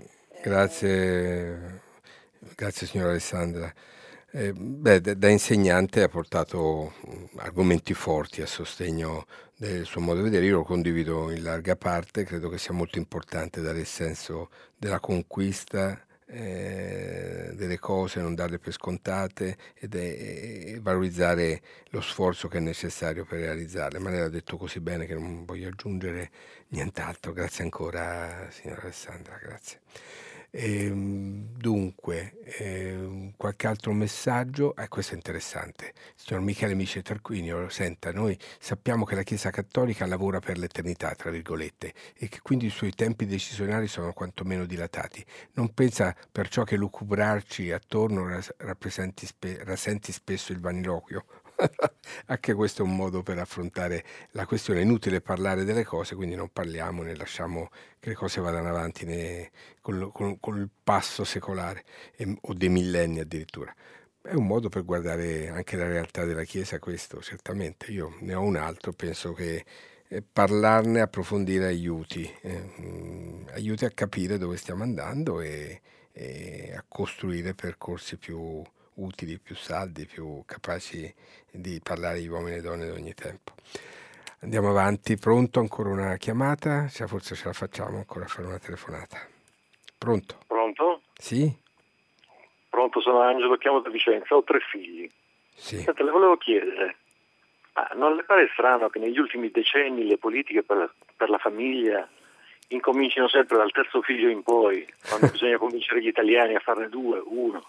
grazie, grazie signora Alessandra. Eh, beh, da, da insegnante ha portato argomenti forti a sostegno del suo modo di vedere. Io lo condivido in larga parte, credo che sia molto importante dare il senso della conquista Eh, delle cose, non darle per scontate ed è, e valorizzare lo sforzo che è necessario per realizzarle. Ma lei l'ha detto così bene che non voglio aggiungere nient'altro. Grazie ancora signora Alessandra, grazie. E, dunque, eh, qualche altro messaggio? Eh, questo è interessante. Il signor Michele Mice Tarquinio, senta, noi sappiamo che la Chiesa Cattolica lavora per l'eternità, tra virgolette, e che quindi i suoi tempi decisionali sono quantomeno dilatati. Non pensa perciò che lucubrarci attorno ras- rappresenti spe- rasenti spesso il vaniloquio? Anche questo è un modo per affrontare la questione. È inutile parlare delle cose, quindi non parliamo, ne lasciamo che le cose vadano avanti ne, con, con, con il passo secolare e, o dei millenni addirittura. È un modo per guardare anche la realtà della Chiesa, questo certamente. Io ne ho un altro, penso che eh, parlarne, approfondire aiuti, eh, mh, aiuti a capire dove stiamo andando e, e a costruire percorsi più utili, più saldi, più capaci di parlare di uomini e donne di ogni tempo. Andiamo avanti. Pronto? Ancora una chiamata? Cioè, forse ce la facciamo ancora a fare una telefonata. Pronto? Pronto? Sì? Pronto, sono Angelo, chiamo da Vicenza, ho tre figli. Sì. Senta, le volevo chiedere, ma non le pare strano che negli ultimi decenni le politiche per la, per la famiglia incomincino sempre dal terzo figlio in poi, quando bisogna convincere gli italiani a farne due, uno.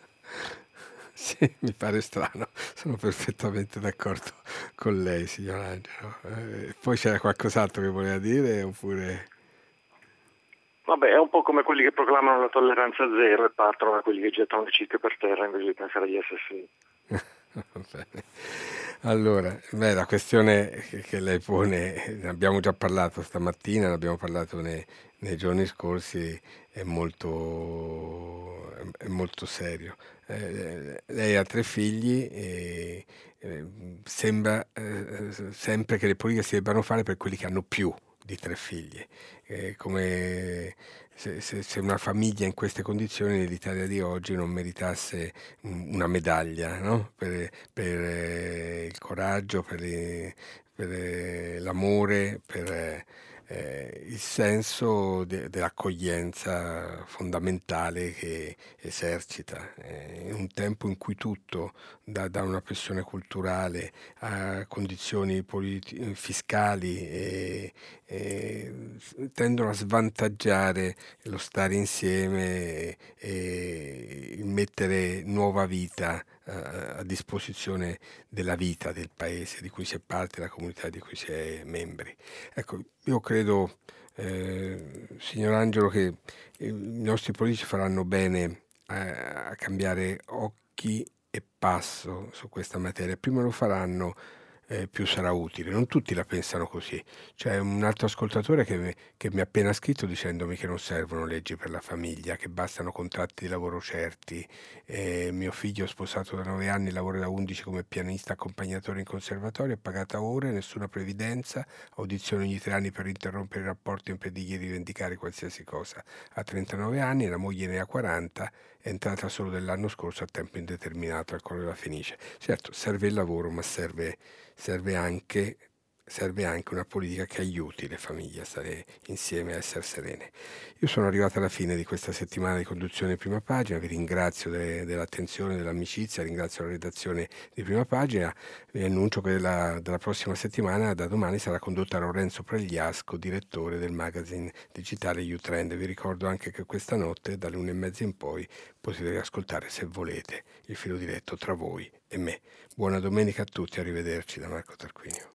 Sì, mi pare strano, sono perfettamente d'accordo con lei, signor Angelo. Eh, poi c'era qualcos'altro che voleva dire oppure... Vabbè, è un po' come quelli che proclamano la tolleranza zero e partono da quelli che gettano le cicche per terra invece di pensare agli assassini. Va bene. Allora, beh, la questione che, che lei pone, ne abbiamo già parlato stamattina, ne abbiamo parlato nei, nei giorni scorsi, è molto, è molto serio. Eh, lei ha tre figli e eh, sembra eh, sempre che le politiche si debbano fare per quelli che hanno più di tre figli. Eh, come se, se, se una famiglia in queste condizioni nell'Italia di oggi non meritasse una medaglia, no? per, per eh, il coraggio, per, i, per eh, l'amore, per eh, eh, il senso de, dell'accoglienza fondamentale che esercita. Eh, in un tempo in cui tutto, da, da una pressione culturale a condizioni politi- fiscali, e, e tendono a svantaggiare lo stare insieme e il mettere nuova vita eh, a disposizione della vita del paese di cui si è parte, la comunità di cui si è membri. Ecco, io credo, eh, signor Angelo, che i nostri politici faranno bene a, a cambiare occhi e passo su questa materia. Prima lo faranno, eh, più sarà utile. Non tutti la pensano così. C'è un altro ascoltatore che mi, che mi ha appena scritto dicendomi che non servono leggi per la famiglia, che bastano contratti di lavoro certi. Eh, mio figlio, sposato da nove anni, lavora da undici come pianista accompagnatore in conservatorio, è pagata ore, nessuna previdenza, audizione ogni tre anni per interrompere i rapporti e impedirgli di rivendicare qualsiasi cosa. Ha trentanove anni, la moglie ne ha quaranta, è entrata solo dell'anno scorso a tempo indeterminato al Colle della Fenice. Certo, serve il lavoro, ma serve, serve anche, serve anche una politica che aiuti le famiglie a stare insieme e a essere serene. Io sono arrivato alla fine di questa settimana di conduzione di Prima Pagina, vi ringrazio de, dell'attenzione, dell'amicizia, ringrazio la redazione di Prima Pagina, vi annuncio che la, dalla prossima settimana, da domani, sarà condotta da Lorenzo Pregliasco, direttore del magazine digitale U-Trend. Vi ricordo anche che questa notte, dalle una e mezza in poi, potete ascoltare, se volete, il filo diretto tra voi e me. Buona domenica a tutti, arrivederci da Marco Tarquinio.